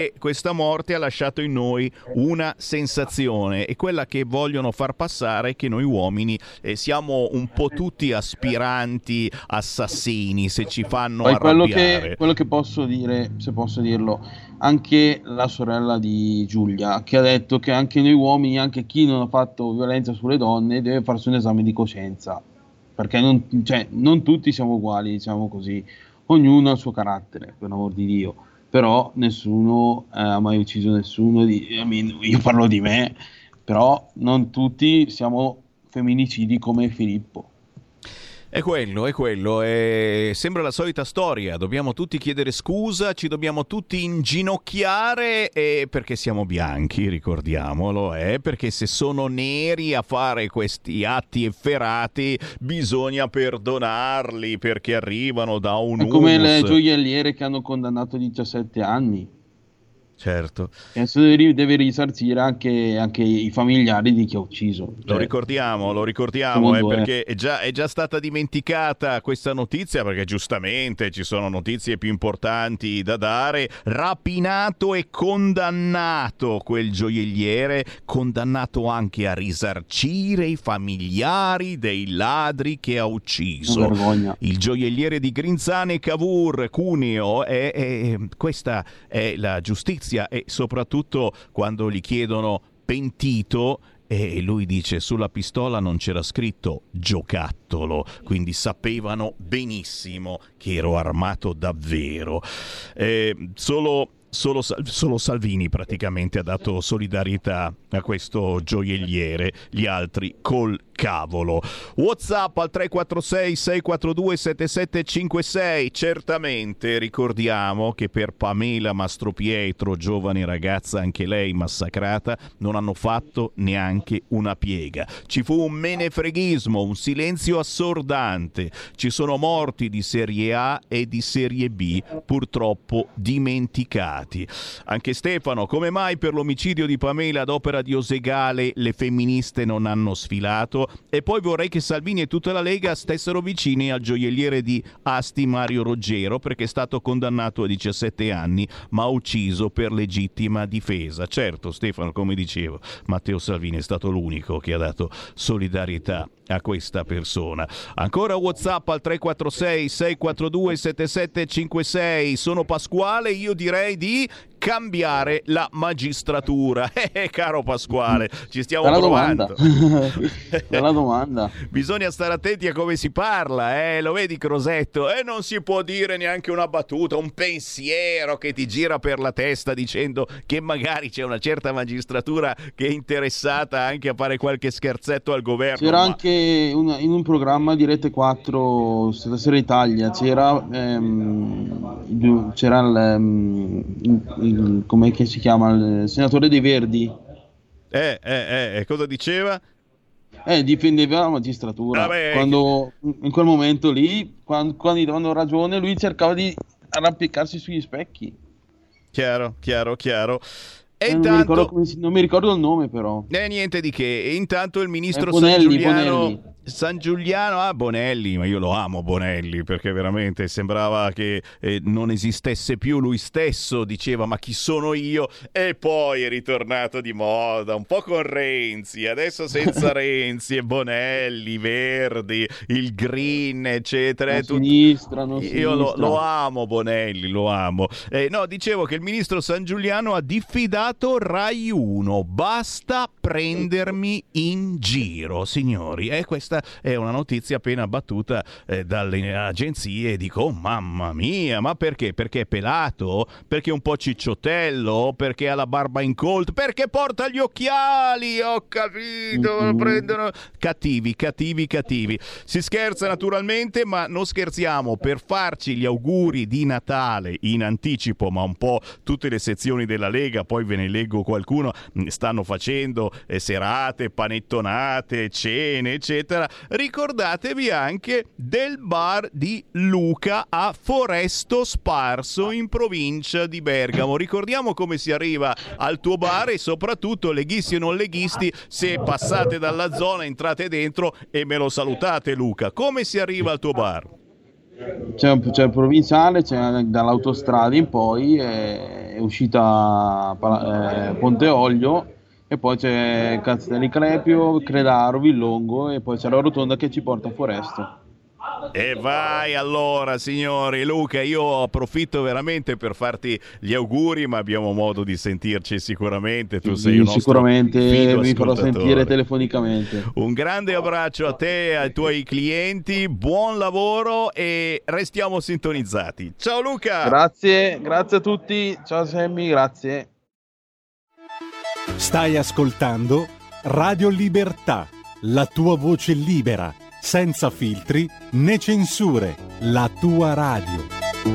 questa morte ha lasciato in noi una sensazione, e quella che vogliono far passare è che noi uomini siamo un po' tutti aspiranti assassini, se ci fanno poi arrabbiare. Quello che posso dire, se posso dirlo, anche la sorella di Giulia, che ha detto che anche noi uomini, anche chi non ha fatto violenza sulle donne, deve farsi un esame di coscienza, perché non tutti siamo uguali, diciamo così, ognuno ha il suo carattere, per l'amor di Dio, però nessuno ha mai ucciso nessuno, io parlo di me, però non tutti siamo femminicidi come Filippo. È quello, sembra la solita storia, dobbiamo tutti chiedere scusa, ci dobbiamo tutti inginocchiare, perché siamo bianchi, ricordiamolo, perché se sono neri a fare questi atti efferati bisogna perdonarli, perché arrivano da un È come le gioielliere che hanno condannato 17 anni. Certo. E adesso deve risarcire anche i familiari di chi ha ucciso. Lo ricordiamo, perché è già stata dimenticata questa notizia, perché giustamente ci sono notizie più importanti da dare. Rapinato e condannato quel gioielliere, condannato anche a risarcire i familiari dei ladri che ha ucciso. Il gioielliere di Grinzane Cavour, Cuneo, questa è la giustizia. E soprattutto quando gli chiedono pentito, e lui dice sulla pistola non c'era scritto giocattolo, quindi sapevano benissimo che ero armato davvero. Solo Salvini praticamente ha dato solidarietà a questo gioielliere, gli altri col cavolo. WhatsApp al 346 642 7756. Certamente ricordiamo che per Pamela Mastropietro, giovane ragazza anche lei massacrata, non hanno fatto neanche una piega. Ci fu un menefreghismo, un silenzio assordante. Ci sono morti di serie A e di serie B, purtroppo dimenticati. Anche Stefano, come mai per l'omicidio di Pamela ad opera di Osegale le femministe non hanno sfilato? E poi vorrei che Salvini e tutta la Lega stessero vicini al gioielliere di Asti Mario Roggero, perché è stato condannato a 17 anni ma ucciso per legittima difesa. Certo Stefano, come dicevo, Matteo Salvini è stato l'unico che ha dato solidarietà a questa persona. Ancora WhatsApp al 346 642 7756. Sono Pasquale, io direi di cambiare la magistratura. Caro Pasquale, ci stiamo provando. La domanda. Bisogna stare attenti a come si parla, lo vedi Crosetto? Non si può dire neanche una battuta, un pensiero che ti gira per la testa dicendo che magari c'è una certa magistratura che è interessata anche a fare qualche scherzetto al governo. C'era anche in un programma di Rete 4 Stasera Italia, c'era il come che si chiama, il senatore dei Verdi. Cosa diceva? Difendeva la magistratura. Quando in quel momento lì, quando gli davano ragione, lui cercava di arrampicarsi sugli specchi. Chiaro. E intanto non mi ricordo il nome, però. Niente di che. E intanto il ministro Bonelli. San Giuliano, Bonelli, ma io lo amo Bonelli, perché veramente sembrava che non esistesse più, lui stesso diceva ma chi sono io, e poi è ritornato di moda, un po' con Renzi, adesso senza Renzi, e Bonelli, Verdi, il Green, eccetera. Sinistra. Io lo amo Bonelli, lo amo. No, dicevo che il ministro San Giuliano ha diffidato Rai 1, basta prendermi in giro, signori. Questa è una notizia appena battuta dalle agenzie. Dico, oh, mamma mia, ma perché? Perché è pelato? Perché è un po' cicciottello? Perché ha la barba incolta? Perché porta gli occhiali? Ho capito, lo prendono. Cattivi. Si scherza naturalmente, ma non scherziamo. Per farci gli auguri di Natale in anticipo, ma un po' tutte le sezioni della Lega, poi ve ne leggo qualcuno, stanno facendo serate, panettonate, cene, eccetera. Ricordatevi anche del bar di Luca a Foresto Sparso in provincia di Bergamo. Ricordiamo come si arriva al tuo bar, e soprattutto, leghisti o non leghisti, se passate dalla zona entrate dentro e me lo salutate. Luca, come si arriva al tuo bar? c'è il provinciale, c'è dall'autostrada in poi, è uscita Ponte Olio, e poi c'è Castelli Clepio, Credaro, Villongo, e poi c'è la rotonda che ci porta a Foresto. E vai allora, signori. Luca, io approfitto veramente per farti gli auguri, ma abbiamo modo di sentirci sicuramente. Tu sei un nostro sicuramente vi farò ascoltatore. sentire telefonicamente. Un grande abbraccio a te e ai tuoi clienti, buon lavoro e restiamo sintonizzati. Ciao Luca! Grazie a tutti, ciao Sammy, grazie. Stai ascoltando Radio Libertà, la tua voce libera, senza filtri né censure, la tua radio.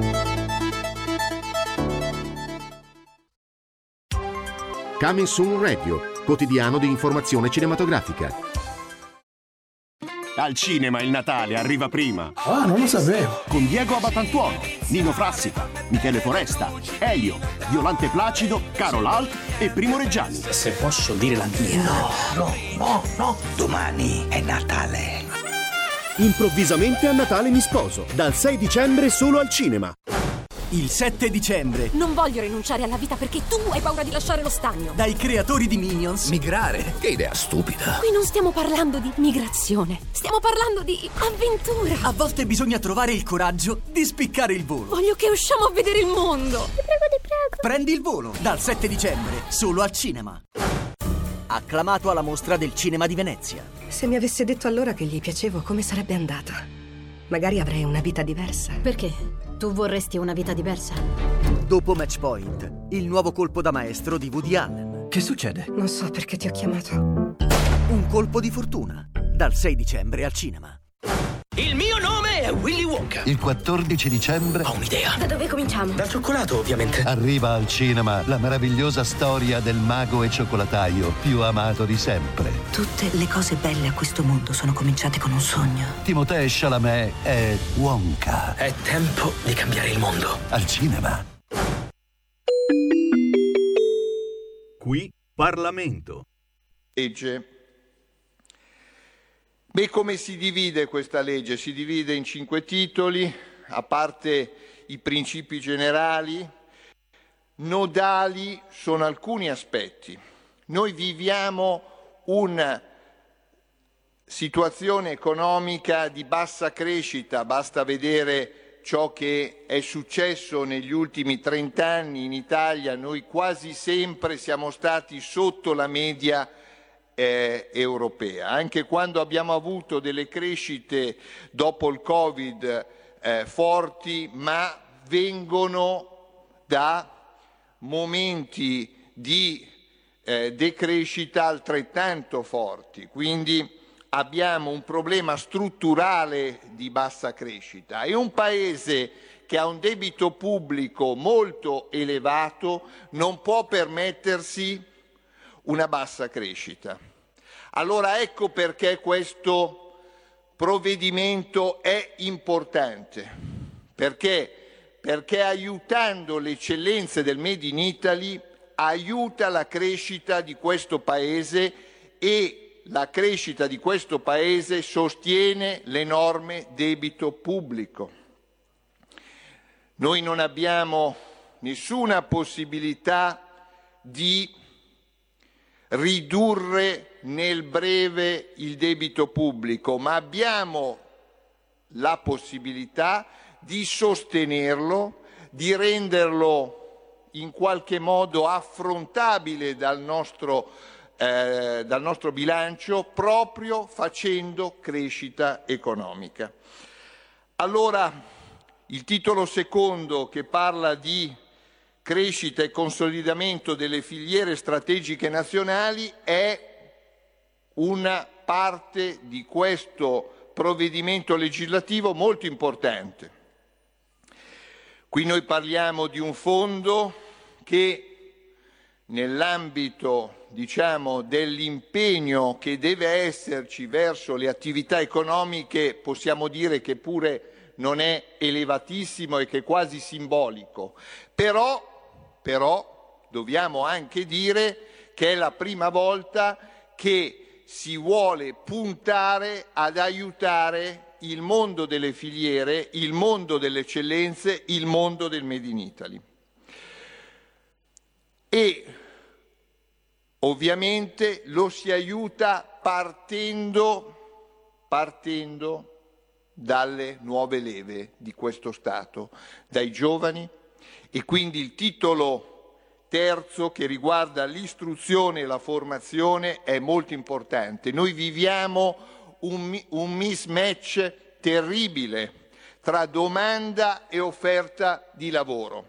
Coming Soon Radio, quotidiano di informazione cinematografica. Al cinema il Natale arriva prima. Ah, non lo sapevo. Con Diego Abatantuono, Nino Frassica, Michele Foresta, Elio, Violante Placido, Carol Alt e Primo Reggiani. Se posso dire la mia. No. Domani è Natale. Improvvisamente a Natale mi sposo, dal 6 dicembre solo al cinema. Il 7 dicembre. Non voglio rinunciare alla vita perché tu hai paura di lasciare lo stagno. Dai creatori di Minions. Migrare? Che idea stupida. Qui non stiamo parlando di migrazione, stiamo parlando di avventura. A volte bisogna trovare il coraggio di spiccare il volo. Voglio che usciamo a vedere il mondo. Ti prego. Prendi il volo, dal 7 dicembre, solo al cinema. Acclamato alla Mostra del Cinema di Venezia. Se mi avesse detto allora che gli piacevo, come sarebbe andata? Magari avrei una vita diversa. Perché? Tu vorresti una vita diversa? Dopo Match Point, il nuovo colpo da maestro di Woody Allen. Che succede? Non so perché ti ho chiamato. Un colpo di fortuna, dal 6 dicembre al cinema. Il mio nome è Willy Wonka. Il 14 dicembre Ho un'idea. Da dove cominciamo? Dal cioccolato, ovviamente. arriva al cinema la meravigliosa storia del mago e cioccolataio più amato di sempre. Tutte le cose belle a questo mondo sono cominciate con un sogno. Timothée Chalamet è Wonka. È tempo di cambiare il mondo. Al cinema. Qui Parlamento. Legge. Beh, come si divide questa legge? Si divide in 5 titoli, a parte i principi generali. Nodali sono alcuni aspetti. Noi viviamo una situazione economica di bassa crescita, basta vedere ciò che è successo negli ultimi 30 anni in Italia. Noi quasi sempre siamo stati sotto la media europea, anche quando abbiamo avuto delle crescite dopo il Covid forti, ma vengono da momenti di decrescita altrettanto forti, quindi abbiamo un problema strutturale di bassa crescita e un paese che ha un debito pubblico molto elevato non può permettersi una bassa crescita. Allora ecco perché questo provvedimento è importante, perché aiutando le eccellenze del Made in Italy aiuta la crescita di questo Paese e la crescita di questo Paese sostiene l'enorme debito pubblico. Noi non abbiamo nessuna possibilità di ridurre nel breve il debito pubblico, ma abbiamo la possibilità di sostenerlo, di renderlo in qualche modo affrontabile dal nostro bilancio, proprio facendo crescita economica. Allora, il titolo secondo, che parla di crescita e consolidamento delle filiere strategiche nazionali, è una parte di questo provvedimento legislativo molto importante. Qui noi parliamo di un fondo che nell'ambito, diciamo, dell'impegno che deve esserci verso le attività economiche, possiamo dire che pure non è elevatissimo e che è quasi simbolico, però dobbiamo anche dire che è la prima volta che si vuole puntare ad aiutare il mondo delle filiere, il mondo delle eccellenze, il mondo del Made in Italy. E ovviamente lo si aiuta partendo dalle nuove leve di questo Stato, dai giovani, e quindi il titolo terzo, che riguarda l'istruzione e la formazione, è molto importante. Noi viviamo un mismatch terribile tra domanda e offerta di lavoro.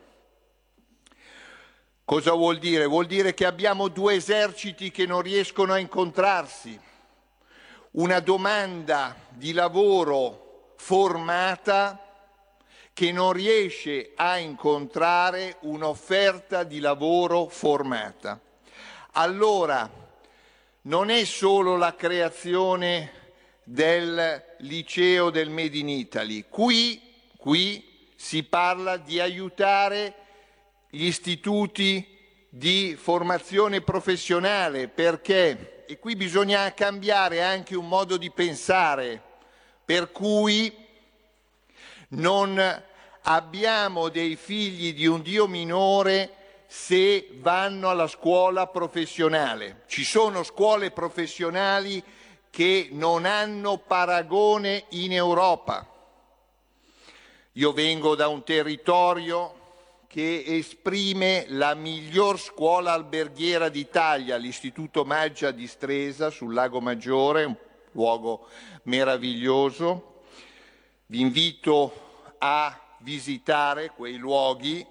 Cosa vuol dire? Vuol dire che abbiamo due eserciti che non riescono a incontrarsi, una domanda di lavoro formata che non riesce a incontrare un'offerta di lavoro formata. Allora, non è solo la creazione del liceo del Made in Italy, qui si parla di aiutare gli istituti di formazione professionale, perché, e qui bisogna cambiare anche un modo di pensare, per cui non abbiamo dei figli di un Dio minore se vanno alla scuola professionale. Ci sono scuole professionali che non hanno paragone in Europa. Io vengo da un territorio che esprime la miglior scuola alberghiera d'Italia, l'Istituto Maggia di Stresa sul Lago Maggiore, un luogo meraviglioso. Vi invito a visitare quei luoghi,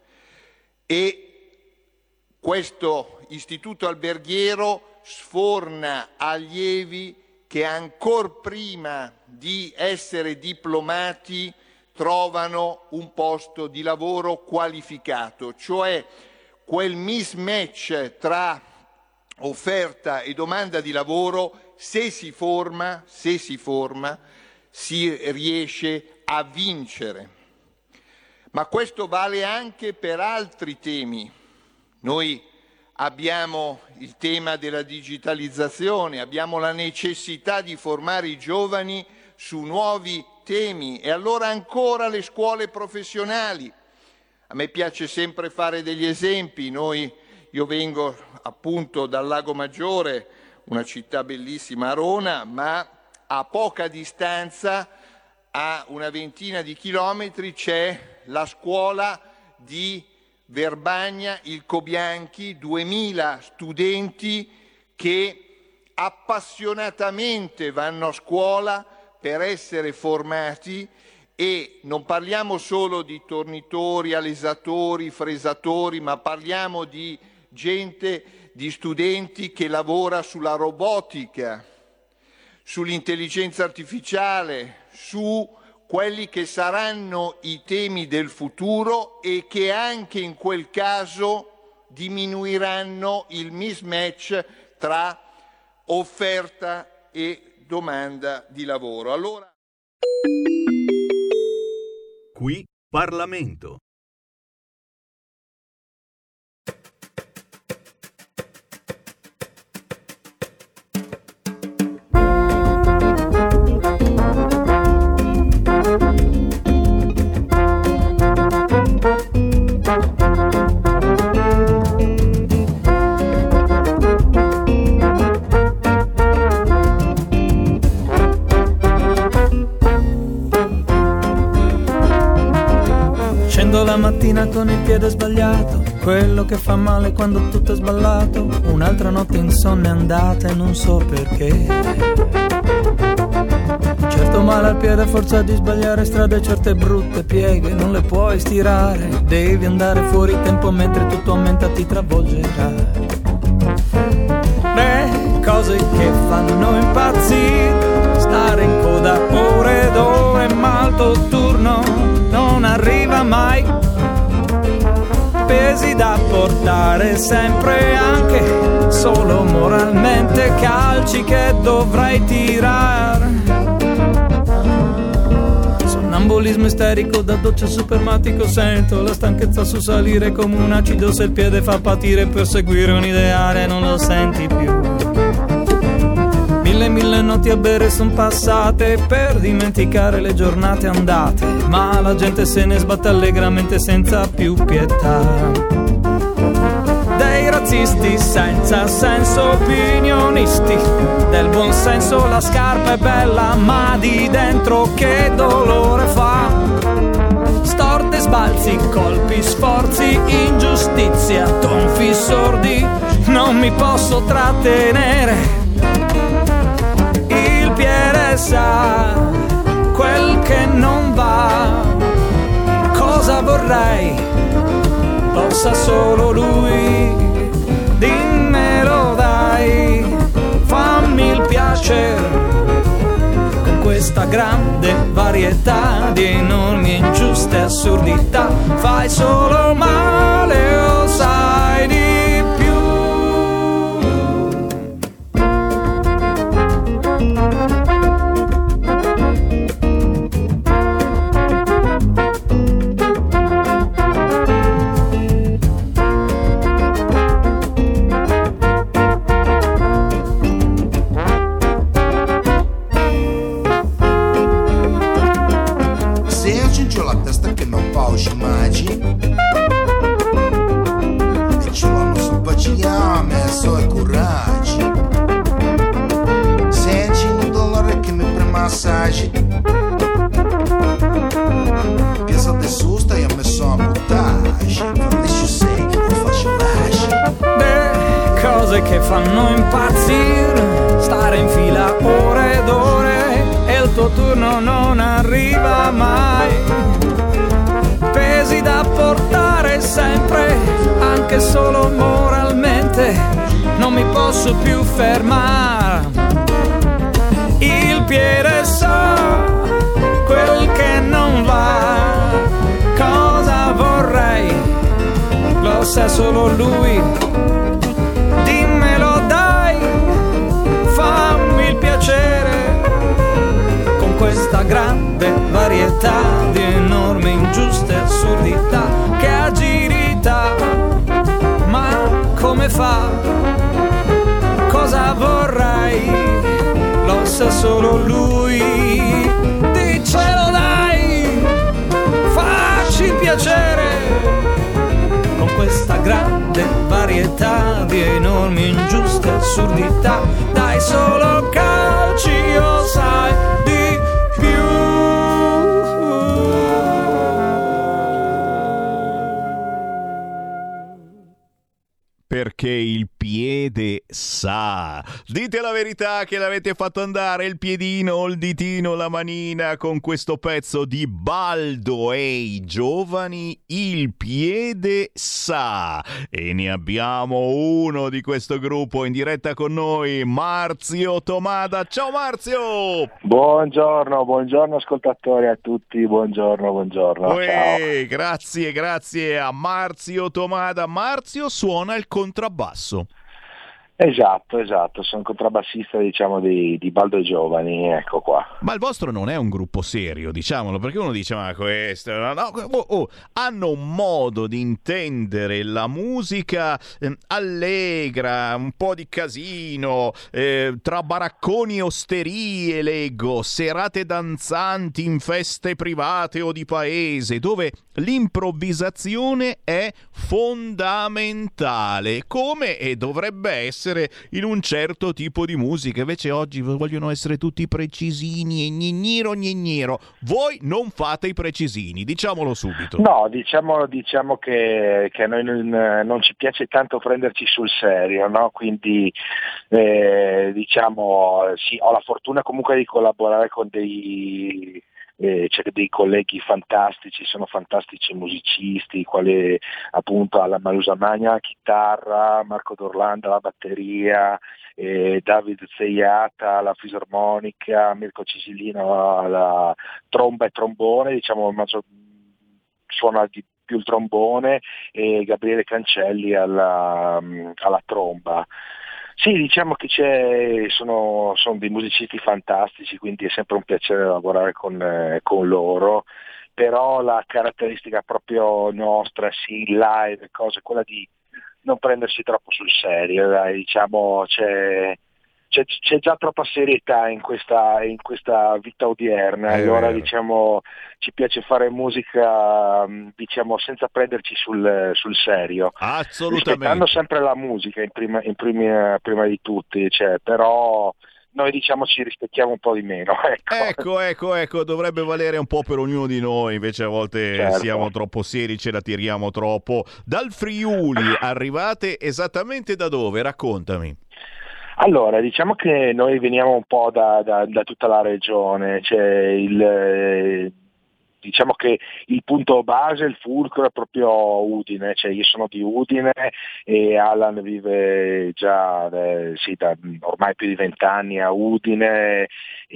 e questo istituto alberghiero sforna allievi che ancor prima di essere diplomati trovano un posto di lavoro qualificato, cioè quel mismatch tra offerta e domanda di lavoro, se si forma, si riesce a vincere. Ma questo vale anche per altri temi. Noi abbiamo il tema della digitalizzazione, abbiamo la necessità di formare i giovani su nuovi temi, e allora ancora le scuole professionali. A me piace sempre fare degli esempi. Io vengo appunto dal Lago Maggiore, una città bellissima, Arona, ma a poca distanza, a una ventina di chilometri, c'è la scuola di Verbagna, il Cobianchi, 2000 studenti che appassionatamente vanno a scuola per essere formati, e non parliamo solo di tornitori, alesatori, fresatori, ma parliamo di gente, di studenti che lavora sulla robotica, sull'intelligenza artificiale, su quelli che saranno i temi del futuro, e che anche in quel caso diminuiranno il mismatch tra offerta e domanda di lavoro. Allora, qui Parlamento. La mattina con il piede sbagliato, quello che fa male quando tutto è sballato. Un'altra notte insonne andata e non so perché. Certo male al piede a forza di sbagliare strade, certe brutte pieghe non le puoi stirare. Devi andare fuori tempo mentre tutto aumenta, ti travolgerà. Le cose che fanno impazzire, stare in coda ore ed ore, ma al tuo turno non arriva mai. Pesi da portare sempre, anche solo moralmente, calci che dovrai tirare. Sonnambulismo isterico da doccia supermatico, sento la stanchezza su salire come un acido. Se il piede fa patire per seguire un ideale non lo senti più. Mille notti a bere son passate per dimenticare le giornate andate, ma la gente se ne sbatte allegramente senza più pietà. Dei razzisti senza senso, opinionisti del buon senso, la scarpa è bella ma di dentro che dolore fa. Storte, sbalzi, colpi, sforzi, ingiustizia, tonfi sordi, non mi posso trattenere. Il piede sa quel che non va, cosa vorrei, lo sa solo lui, dimmelo dai, fammi il piacere. Con questa grande varietà di enormi e ingiuste assurdità, fai solo male o sai di più. Che fanno impazzire, stare in fila ore ed ore e il tuo turno non arriva mai. Pesi da portare sempre, anche solo moralmente, non mi posso più fermare. Il piede sa quel che non va, cosa vorrei, lo sa solo lui. Dimmelo dai, fammi il piacere, con questa grande varietà di enormi ingiuste assurdità che agilità, ma come fa, cosa vorrei, lo sa solo lui, dicelo dai, facci il piacere, con questa grande varietà di enormi ingiuste assurdità, dai solo calci o sai di più. Perché il piede sa. Dite la verità che l'avete fatto andare il piedino, il ditino, la manina con questo pezzo di Baldo e i giovani. Il piede sa. E ne abbiamo uno di questo gruppo in diretta con noi, Marzio Tomada. Ciao Marzio! Buongiorno ascoltatori a tutti, buongiorno. Ciao. Grazie a Marzio Tomada. Marzio suona il contrabbasso. Esatto, sono contrabbassista di Baldo e Giovani, ecco qua. Ma il vostro non è un gruppo serio, diciamolo, perché uno dice ma questo hanno un modo di intendere la musica allegra, un po' di casino, tra baracconi e osterie, leggo, serate danzanti in feste private o di paese, dove l'improvvisazione è fondamentale, come e dovrebbe essere in un certo tipo di musica. Invece oggi vogliono essere tutti precisini e gnigniro. Voi non fate i precisini, diciamolo subito. No, diciamo che a noi non ci piace tanto prenderci sul serio, no? Quindi sì, ho la fortuna comunque di collaborare con c'è dei colleghi fantastici, sono fantastici musicisti, quali appunto alla Malusa Magna alla chitarra, Marco D'Orlando alla batteria, David Zeiata alla fisarmonica, Mirko Cisilino alla tromba e trombone, suona di più il trombone, e Gabriele Cancelli alla tromba. Sì, diciamo che sono dei musicisti fantastici, quindi è sempre un piacere lavorare con loro, però la caratteristica proprio nostra, sì, live, cose, quella di non prendersi troppo sul serio, dai, diciamo c'è c'è già troppa serietà in questa vita odierna, allora diciamo ci piace fare musica diciamo senza prenderci sul serio, assolutamente, rispettando sempre la musica prima di tutti, cioè, però noi diciamo ci rispettiamo un po' di meno. Ecco, dovrebbe valere un po' per ognuno di noi, invece a volte siamo troppo seri, ce la tiriamo troppo. Dal Friuli arrivate esattamente da dove? Raccontami. Allora, diciamo che noi veniamo un po' da tutta la regione, cioè diciamo che il punto base, il fulcro è proprio Udine, cioè io sono di Udine e Alan vive già da ormai più di 20 anni a Udine,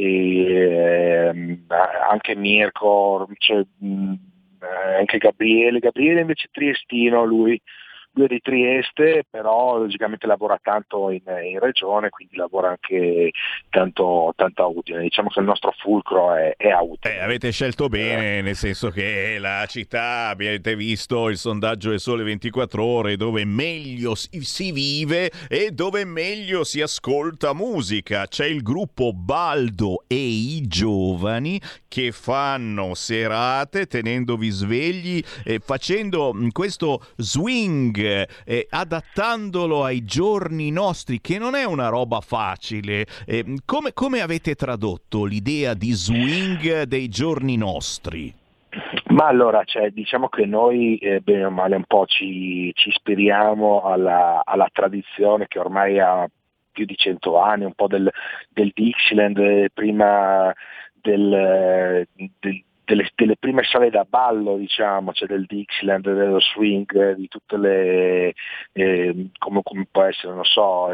e anche Mirko, cioè, anche Gabriele invece è triestino, lui è di Trieste, però logicamente lavora tanto in regione, quindi lavora anche tanto a Udine. Diciamo che il nostro fulcro è a Udine. Avete scelto bene, nel senso che la città, avete visto il sondaggio del Sole 24 Ore, dove meglio si vive e dove meglio si ascolta musica. C'è il gruppo Baldo e i Giovani che fanno serate tenendovi svegli e facendo questo swing, adattandolo ai giorni nostri, che non è una roba facile. Come avete tradotto l'idea di swing dei giorni nostri? Ma allora, diciamo che noi bene o male un po' ci ispiriamo alla tradizione che ormai ha più di 100 anni, un po' del Dixieland, prima delle prime sale da ballo, diciamo, cioè del Dixieland, dello swing, di tutte le come può essere, non so,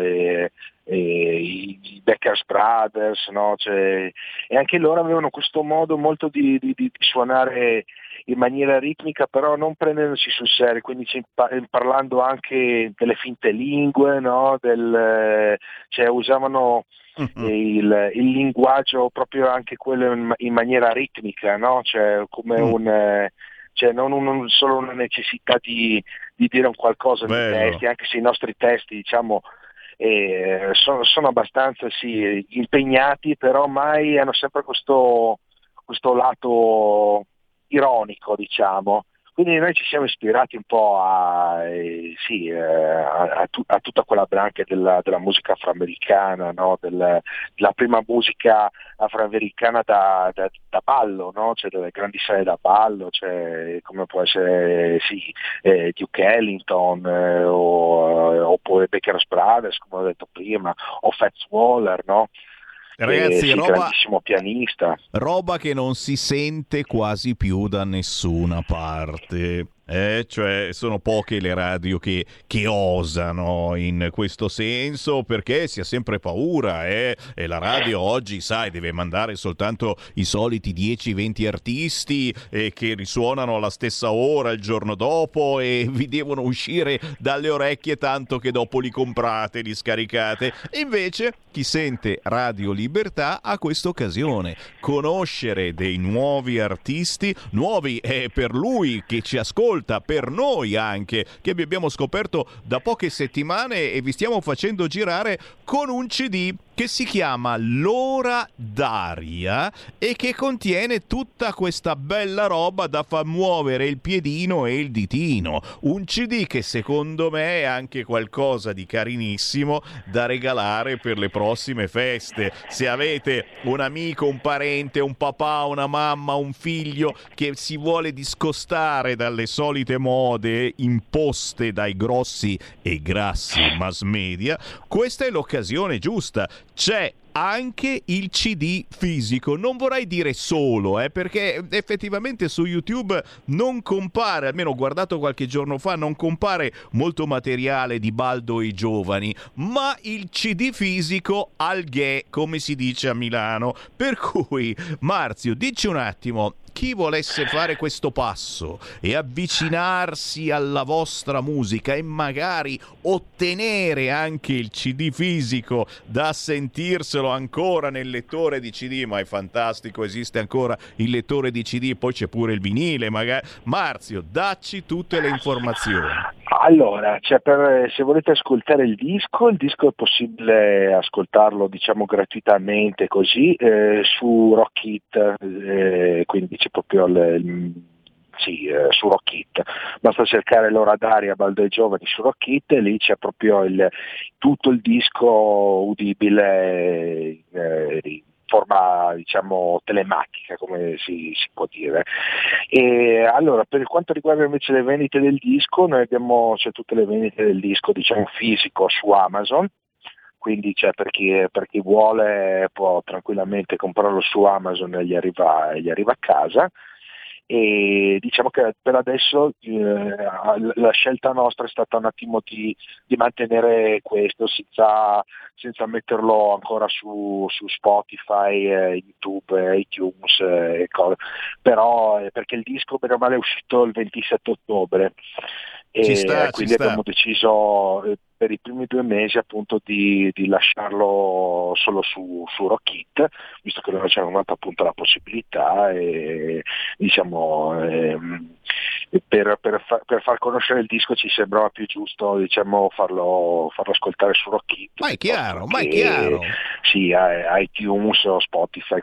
i Beckers Brothers, no? Cioè, e anche loro avevano questo modo molto di suonare in maniera ritmica, però non prendendosi sul serio, quindi parlando anche delle finte lingue, no? Cioè usavano il linguaggio proprio anche quello in maniera ritmica, no? Cioè come cioè non solo una necessità di dire un qualcosa nei testi, anche se i nostri testi, diciamo, sono abbastanza impegnati, però mai hanno sempre questo lato ironico, diciamo. Quindi noi ci siamo ispirati un po' a tutta quella branca della musica afroamericana, no? Della prima musica afroamericana da ballo, no? Cioè delle grandi sale da ballo, cioè come può essere Duke Ellington, oppure Beckers Brothers, come ho detto prima, o Fats Waller, no? Ragazzi, grandissimo pianista. Roba che non si sente quasi più da nessuna parte. Cioè sono poche le radio che osano in questo senso, perché si ha sempre paura, e la radio oggi, sai, deve mandare soltanto i soliti 10-20 artisti che risuonano alla stessa ora il giorno dopo e vi devono uscire dalle orecchie, tanto che dopo li comprate, li scaricate. E invece chi sente Radio Libertà ha questa occasione, conoscere dei nuovi artisti, nuovi per lui che ci ascolta, per noi anche, che vi abbiamo scoperto da poche settimane e vi stiamo facendo girare con un CD che si chiama L'Ora d'Aria e che contiene tutta questa bella roba da far muovere il piedino e il ditino. Un CD che secondo me è anche qualcosa di carinissimo da regalare per le prossime feste. Se avete un amico, un parente, un papà, una mamma, un figlio che si vuole discostare dalle solite mode imposte dai grossi e grassi mass media, questa è l'occasione giusta. C'è anche il CD fisico, non vorrei dire solo, perché effettivamente su YouTube non compare, almeno ho guardato qualche giorno fa, non compare molto materiale di Baldo e i Giovani, ma il CD fisico al ghè, come si dice a Milano. Per cui, Marzio, dici un attimo, chi volesse fare questo passo e avvicinarsi alla vostra musica e magari ottenere anche il CD fisico da sentirselo ancora nel lettore di CD, ma è fantastico, esiste ancora il lettore di CD, poi c'è pure il vinile, magari. Marzio, dacci tutte le informazioni. Allora, se volete ascoltare il disco è possibile ascoltarlo, diciamo, gratuitamente così su Rock It, quindi c'è proprio su Rock It, basta cercare l'ora d'aria Baldo ai Giovani su Rock It e lì c'è proprio tutto il disco udibile in forma, diciamo, telematica, come si può dire. E allora, per quanto riguarda invece le vendite del disco, noi abbiamo tutte le vendite del disco, diciamo, fisico su Amazon, quindi per chi vuole può tranquillamente comprarlo su Amazon e gli arriva a casa. E diciamo che per adesso la scelta nostra è stata un attimo di mantenere questo senza metterlo ancora su Spotify, YouTube, iTunes e cose, però perché il disco bene o male è uscito il 27 ottobre e quindi abbiamo deciso per i primi 2 mesi appunto di lasciarlo solo su Rock It, visto che noi ci avevamo dato appunto la possibilità e diciamo per far conoscere il disco ci sembrava più giusto, diciamo, farlo ascoltare su Rock It. Ma è chiaro. Sì, iTunes o Spotify,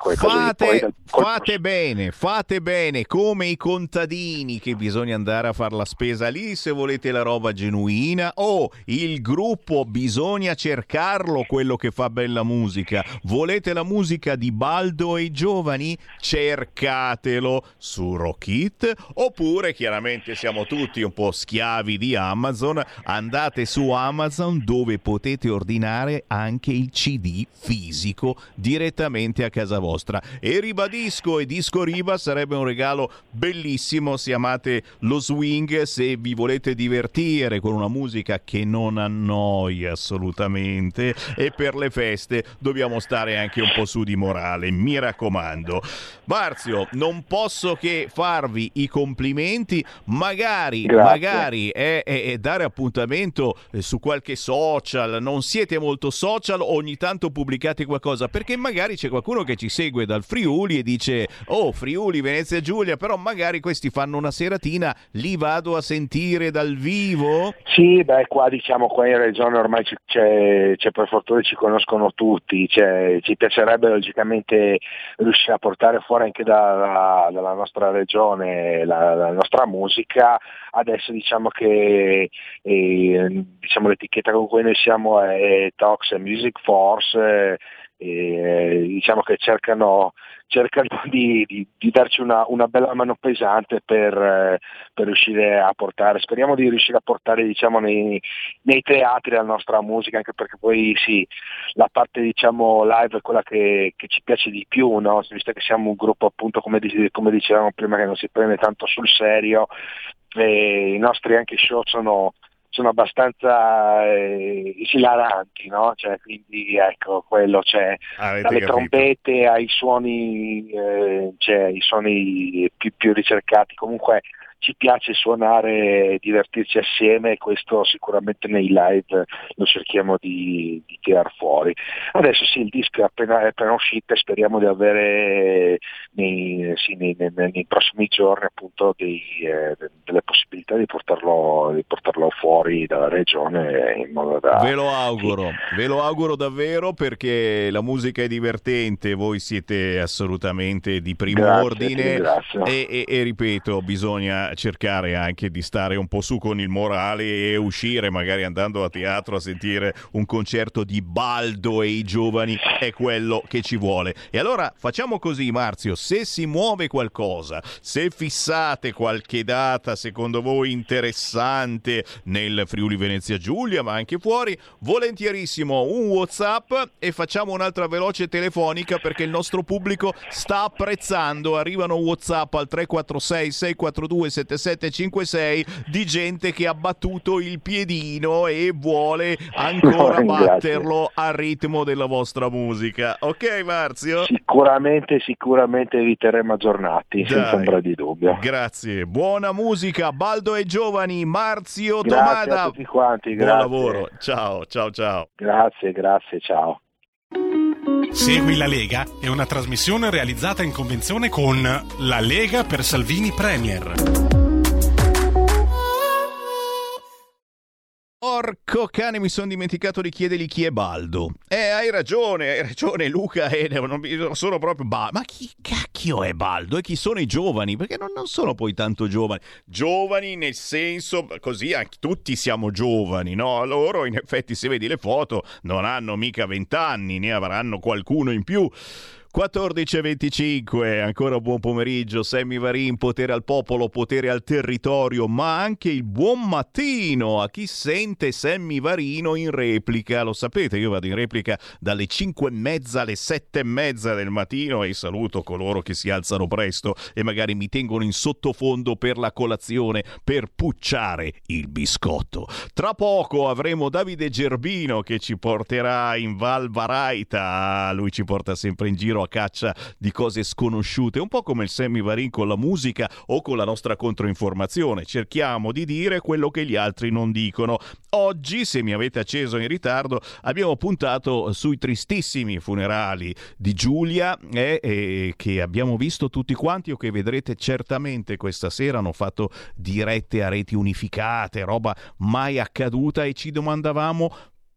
fate bene come i contadini che bisogna andare a fare la spesa lì se volete la roba genuina, il gruppo bisogna cercarlo, quello che fa bella musica. Volete la musica di Baldo e i Giovani? Cercatelo su Rock It, oppure chiaramente siamo tutti un po' schiavi di Amazon, andate su Amazon dove potete ordinare anche il CD fisico direttamente a casa vostra. E ribadisco, e Disco Riva sarebbe un regalo bellissimo se amate lo swing, se vi volete divertire con una musica che non annoia assolutamente, e per le feste dobbiamo stare anche un po' su di morale, mi raccomando. Marzio, non posso che farvi i complimenti, magari dare appuntamento su qualche social. Non siete molto social, ogni tanto pubblicate qualcosa, perché magari c'è qualcuno che ci segue dal Friuli e dice Friuli, Venezia Giulia, però magari questi fanno una seratina, li vado a sentire dal vivo? Sì, qua in regione ormai c'è per fortuna ci conoscono tutti, ci piacerebbe logicamente riuscire a portare fuori anche dalla nostra regione la nostra musica. Adesso diciamo che l'etichetta con cui noi siamo è Tox Music Force, diciamo che cercano di darci una bella mano pesante per riuscire a portare, speriamo di riuscire a portare, diciamo, nei teatri la nostra musica, anche perché poi sì, la parte, diciamo, live è quella che ci piace di più, no? Visto che siamo un gruppo appunto come dicevamo prima, che non si prende tanto sul serio, i nostri anche show sono abbastanza esilaranti, no? Quindi ecco, quello c'è dalle trombette ai suoni, i suoni più ricercati. Comunque ci piace suonare e divertirci assieme, e questo sicuramente nei live lo cerchiamo di tirar fuori. Adesso sì, il disco è appena uscito e speriamo di avere nei prossimi giorni appunto delle possibilità di portarlo fuori dalla regione, in modo da... Ve lo auguro davvero, perché la musica è divertente, voi siete assolutamente di primo ordine e ripeto, bisogna cercare anche di stare un po' su con il morale e uscire, magari andando a teatro a sentire un concerto di Baldo e i Giovani, è quello che ci vuole. E allora facciamo così, Marzio, se si muove qualcosa, se fissate qualche data secondo voi interessante nel Friuli Venezia Giulia, ma anche fuori, volentierissimo un WhatsApp e facciamo un'altra veloce telefonica, perché il nostro pubblico sta apprezzando. Arrivano WhatsApp al 346 642 7756 di gente che ha battuto il piedino e vuole ancora batterlo al ritmo della vostra musica. Ok, Marzio? Sicuramente vi terremo aggiornati, senza ombra di dubbio. Grazie, buona musica, Baldo e Giovani, Marzio Grazie Tomada. a tutti quanti, buon grazie. lavoro, ciao. Grazie, ciao. Segui la Lega è una trasmissione realizzata in convenzione con La Lega per Salvini Premier. Porco cane, mi sono dimenticato di chiedergli chi è Baldo. Hai ragione Luca, non sono proprio ma chi cacchio è Baldo e chi sono i giovani? Perché non sono poi tanto giovani nel senso, così anche tutti siamo giovani, no? Loro in effetti, se vedi le foto, non hanno mica 20 anni, ne avranno qualcuno in più. 14:25, ancora buon pomeriggio, Sammy Varin, potere al popolo, potere al territorio, ma anche il buon mattino a chi sente Sammy Varino in replica. Lo sapete, io vado in replica dalle 5:30 alle 7:30 del mattino e saluto coloro che si alzano presto e magari mi tengono in sottofondo per la colazione, per pucciare il biscotto. Tra poco avremo Davide Gerbino che ci porterà in Val Varaita, lui ci porta sempre in giro a caccia di cose sconosciute, un po' come il Sammy Varin con la musica o con la nostra controinformazione. Cerchiamo di dire quello che gli altri non dicono. Oggi, se mi avete acceso in ritardo, abbiamo puntato sui tristissimi funerali di Giulia che abbiamo visto tutti quanti o che vedrete certamente questa sera. Hanno fatto dirette a reti unificate, roba mai accaduta, e ci domandavamo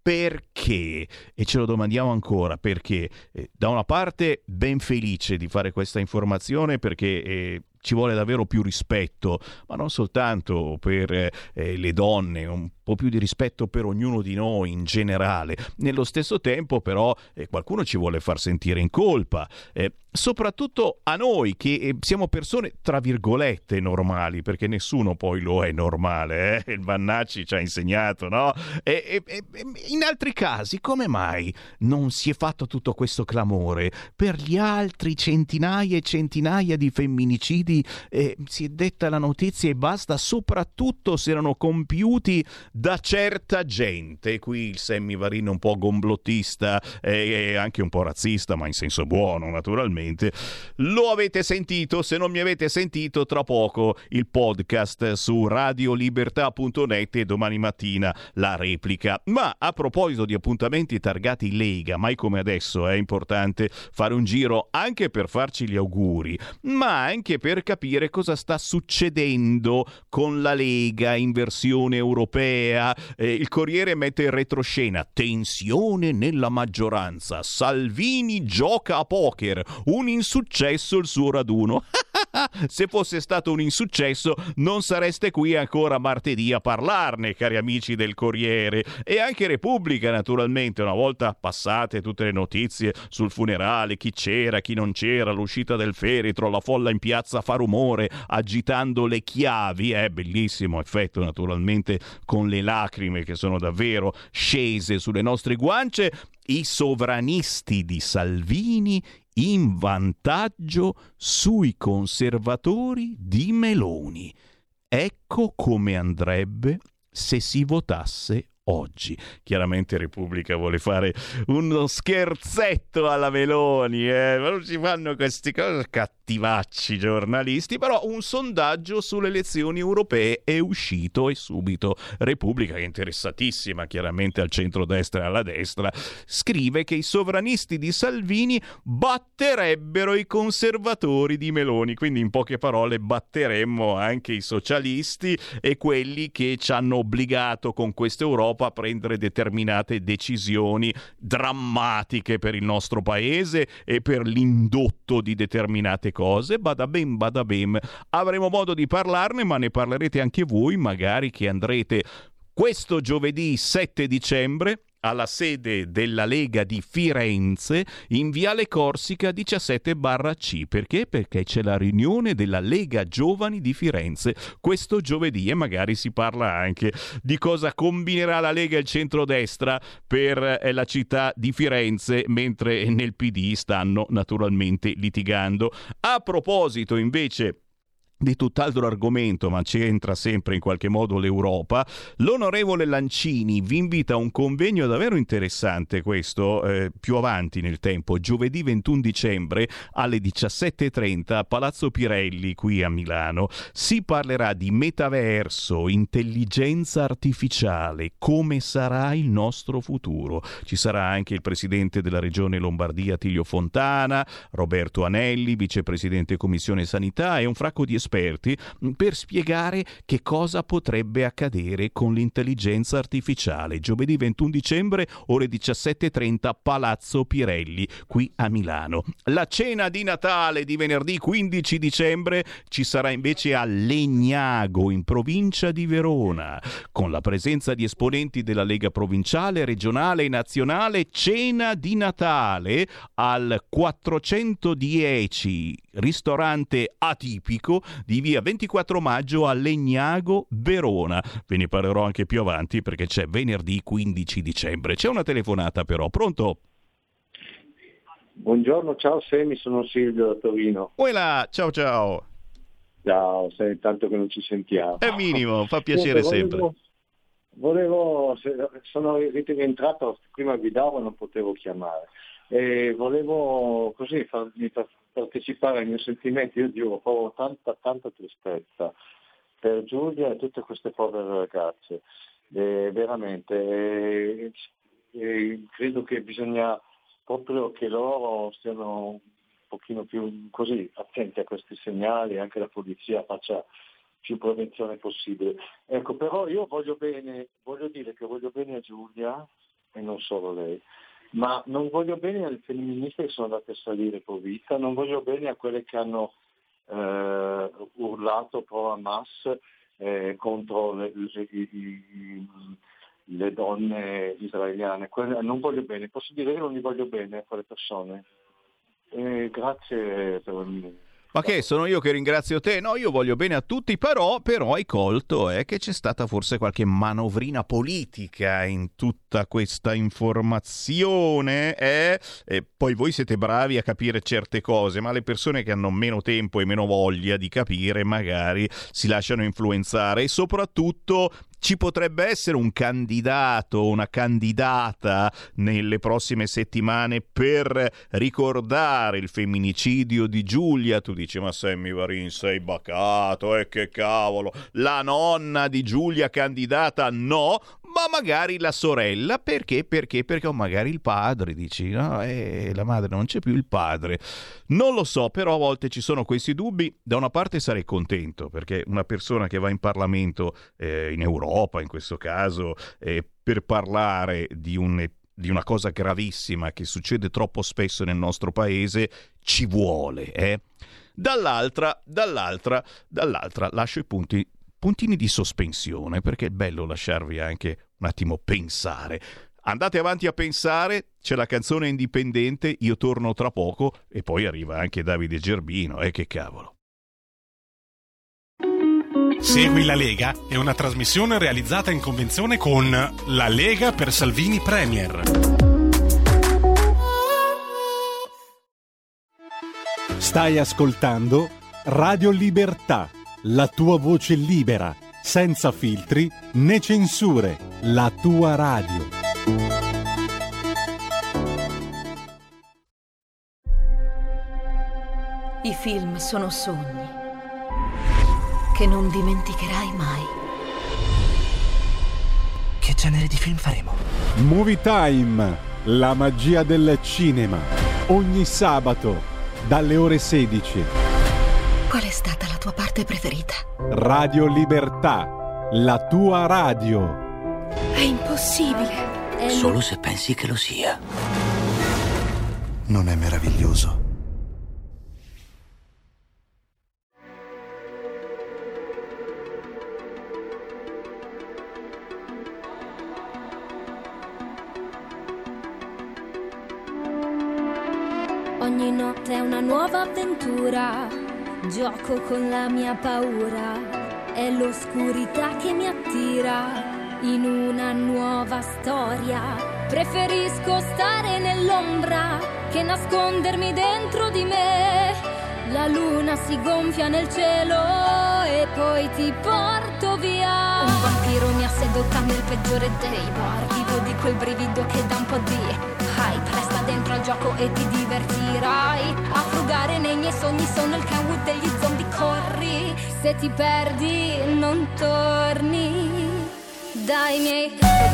perché, e ce lo domandiamo ancora perché. Da una parte ben felice di fare questa informazione perché ci vuole davvero più rispetto, ma non soltanto per le donne, un po' più di rispetto per ognuno di noi in generale. Nello stesso tempo però qualcuno ci vuole far sentire in colpa, soprattutto a noi che siamo persone tra virgolette normali, perché nessuno poi lo è normale, il Vannacci ci ha insegnato, no? E in altri casi come mai non si è fatto tutto questo clamore per gli altri centinaia e centinaia di femminicidi? Si è detta la notizia e basta, soprattutto se erano compiuti da certa gente. Qui il Sammy Varin un po' gomblottista e anche un po' razzista, ma in senso buono naturalmente. Lo avete sentito? Se non mi avete sentito, tra poco il podcast su radiolibertà.net e domani mattina la replica. Ma a proposito di appuntamenti targati Lega, mai come adesso è importante fare un giro anche per farci gli auguri, ma anche per capire cosa sta succedendo con la Lega in versione europea. Il Corriere mette in retroscena: tensione nella maggioranza, Salvini gioca a poker, un insuccesso il suo raduno. Se fosse stato un insuccesso non sareste qui ancora martedì a parlarne, cari amici del Corriere. E anche Repubblica, naturalmente, una volta passate tutte le notizie sul funerale, chi c'era, chi non c'era, l'uscita del feretro, la folla in piazza fa rumore agitando le chiavi, bellissimo effetto naturalmente con le lacrime che sono davvero scese sulle nostre guance. I sovranisti di Salvini in vantaggio sui conservatori di Meloni. Ecco come andrebbe se si votasse oggi. Chiaramente Repubblica vuole fare uno scherzetto alla Meloni, ma non si fanno queste cose, cattivacci giornalisti. Però un sondaggio sulle elezioni europee è uscito e subito Repubblica, che è interessatissima chiaramente al centrodestra e alla destra, scrive che i sovranisti di Salvini batterebbero i conservatori di Meloni. Quindi in poche parole batteremmo anche i socialisti e quelli che ci hanno obbligato con questa Europa a prendere determinate decisioni drammatiche per il nostro paese e per l'indotto di determinate cose. Bada bem, avremo modo di parlarne, ma ne parlerete anche voi, magari che andrete questo giovedì 7 dicembre alla sede della Lega di Firenze in Viale Corsica 17/C. Perché? Perché c'è la riunione della Lega Giovani di Firenze questo giovedì e magari si parla anche di cosa combinerà la Lega e il centrodestra per la città di Firenze, mentre nel PD stanno naturalmente litigando. A proposito invece di tutt'altro argomento, ma c'entra sempre in qualche modo l'Europa. L'onorevole Lancini vi invita a un convegno davvero interessante, questo più avanti nel tempo, giovedì 21 dicembre alle 17:30 a Palazzo Pirelli qui a Milano. Si parlerà di metaverso, intelligenza artificiale, come sarà il nostro futuro. Ci sarà anche il presidente della regione Lombardia Attilio Fontana, Roberto Anelli, vicepresidente Commissione Sanità, e un fracco di esperti per spiegare che cosa potrebbe accadere con l'intelligenza artificiale. Giovedì 21 dicembre, ore 17:30, Palazzo Pirelli, qui a Milano. La cena di Natale di venerdì 15 dicembre ci sarà invece a Legnago, in provincia di Verona, con la presenza di esponenti della Lega provinciale, regionale e nazionale. Cena di Natale al 410 ristorante atipico di via 24 maggio a Legnago, Verona. Ve ne parlerò anche più avanti perché c'è venerdì 15 dicembre. C'è una telefonata però. Pronto? Buongiorno, ciao Semi, sono Silvio da Torino. Uela, ciao ciao. Ciao, sei tanto che non ci sentiamo. È minimo, fa piacere sempre. Sono rientrato, prima guidavo e non potevo chiamare. E volevo così farmi partecipare ai miei sentimenti. Io provo tanta tristezza per Giulia e tutte queste povere ragazze, veramente. Credo che bisogna proprio che loro stiano un pochino più così attenti a questi segnali, anche la polizia faccia più prevenzione possibile. Ecco, però io voglio dire che voglio bene a Giulia e non solo lei. Ma non voglio bene alle femministe che sono andate a salire per vita, non voglio bene a quelle che hanno urlato pro Hamas contro le donne israeliane. Non voglio bene, posso dire che non li voglio bene a quelle persone. Grazie per il... Ma che, sono io che ringrazio te? No, io voglio bene a tutti, però hai colto che c'è stata forse qualche manovrina politica in tutta questa informazione, e poi voi siete bravi a capire certe cose, ma le persone che hanno meno tempo e meno voglia di capire magari si lasciano influenzare, e soprattutto ci potrebbe essere un candidato, una candidata nelle prossime settimane per ricordare il femminicidio di Giulia. Tu dici, ma Sammy Varin, sei bacato, che cavolo, la nonna di Giulia candidata? No, ma magari la sorella. Perché? Perché magari il padre, dici, no, la madre, non c'è più il padre. Non lo so, però a volte ci sono questi dubbi. Da una parte sarei contento, perché una persona che va in Parlamento, in Europa in questo caso, per parlare di una cosa gravissima che succede troppo spesso nel nostro paese, ci vuole. Dall'altra lascio i puntini di sospensione, perché è bello lasciarvi anche un attimo pensare. Andate avanti a pensare, c'è la canzone indipendente, io torno tra poco, e poi arriva anche Davide Gerbino, che cavolo. Segui la Lega è una trasmissione realizzata in convenzione con La Lega per Salvini Premier. Stai ascoltando Radio Libertà, la tua voce libera, senza filtri né censure, la tua radio. I film sono sogni che non dimenticherai mai. Che genere di film faremo? Movie Time, la magia del cinema. Ogni sabato, dalle ore 16. Qual è stata la tua parte preferita? Radio Libertà, la tua radio. È impossibile. Solo se pensi che lo sia. Non è meraviglioso? Ogni notte è una nuova avventura, gioco con la mia paura, è l'oscurità che mi attira in una nuova storia. Preferisco stare nell'ombra che nascondermi dentro di me. La luna si gonfia nel cielo e poi ti porto via. Un vampiro mi ha sedotta nel peggiore dei bar. Vivo di quel brivido che dà un po' di hype. Resta dentro al gioco e ti divertirai a frugare nei miei sogni. Sono il Kenwood degli zombie, corri. Se ti perdi non torni dai miei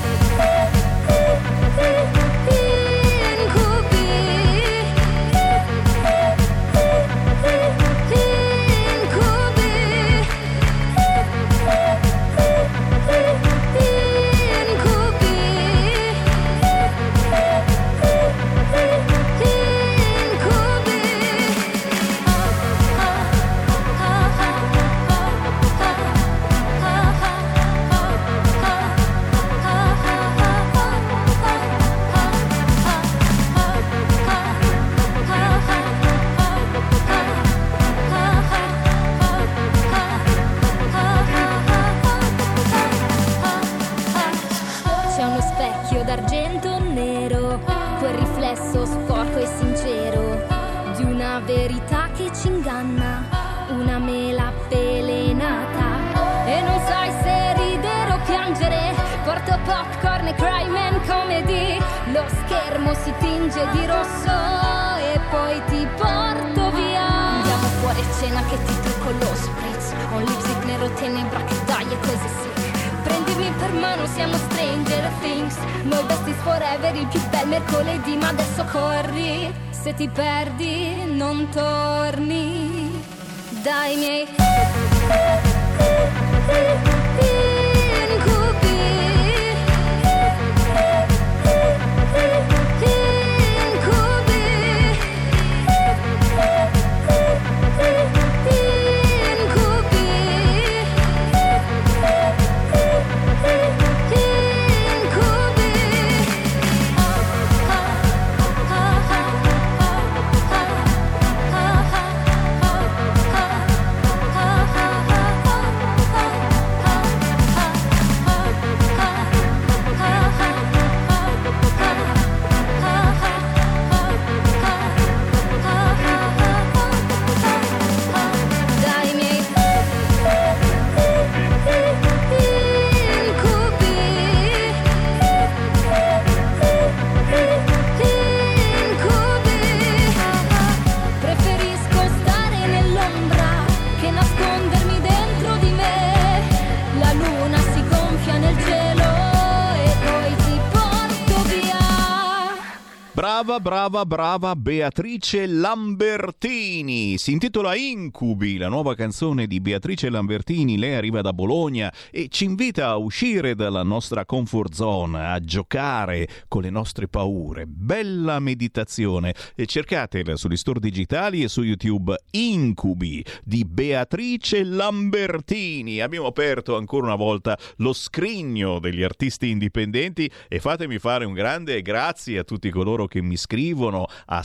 d'argento nero, quel riflesso sporco e sincero di una verità che ci inganna, una mela avvelenata. E non sai se ridere o piangere, porto popcorn e crime and comedy. Lo schermo si tinge di rosso e poi ti porto via. Andiamo fuori a cena che ti trucco lo spritz, un lipstick nero tenebra che dai è così sick. Prendimi per mano, siamo stranger things. Noi besties forever, il più bel mercoledì. Ma adesso corri, se ti perdi non torni dai miei Brava Beatrice Lambertini. Si intitola Incubi, la nuova canzone di Beatrice Lambertini. Lei arriva da Bologna e ci invita a uscire dalla nostra comfort zone, a giocare con le nostre paure. Bella meditazione. E cercatela sugli store digitali e su YouTube. Incubi di Beatrice Lambertini. Abbiamo aperto ancora una volta lo scrigno degli artisti indipendenti e fatemi fare un grande grazie a tutti coloro che mi scrivono a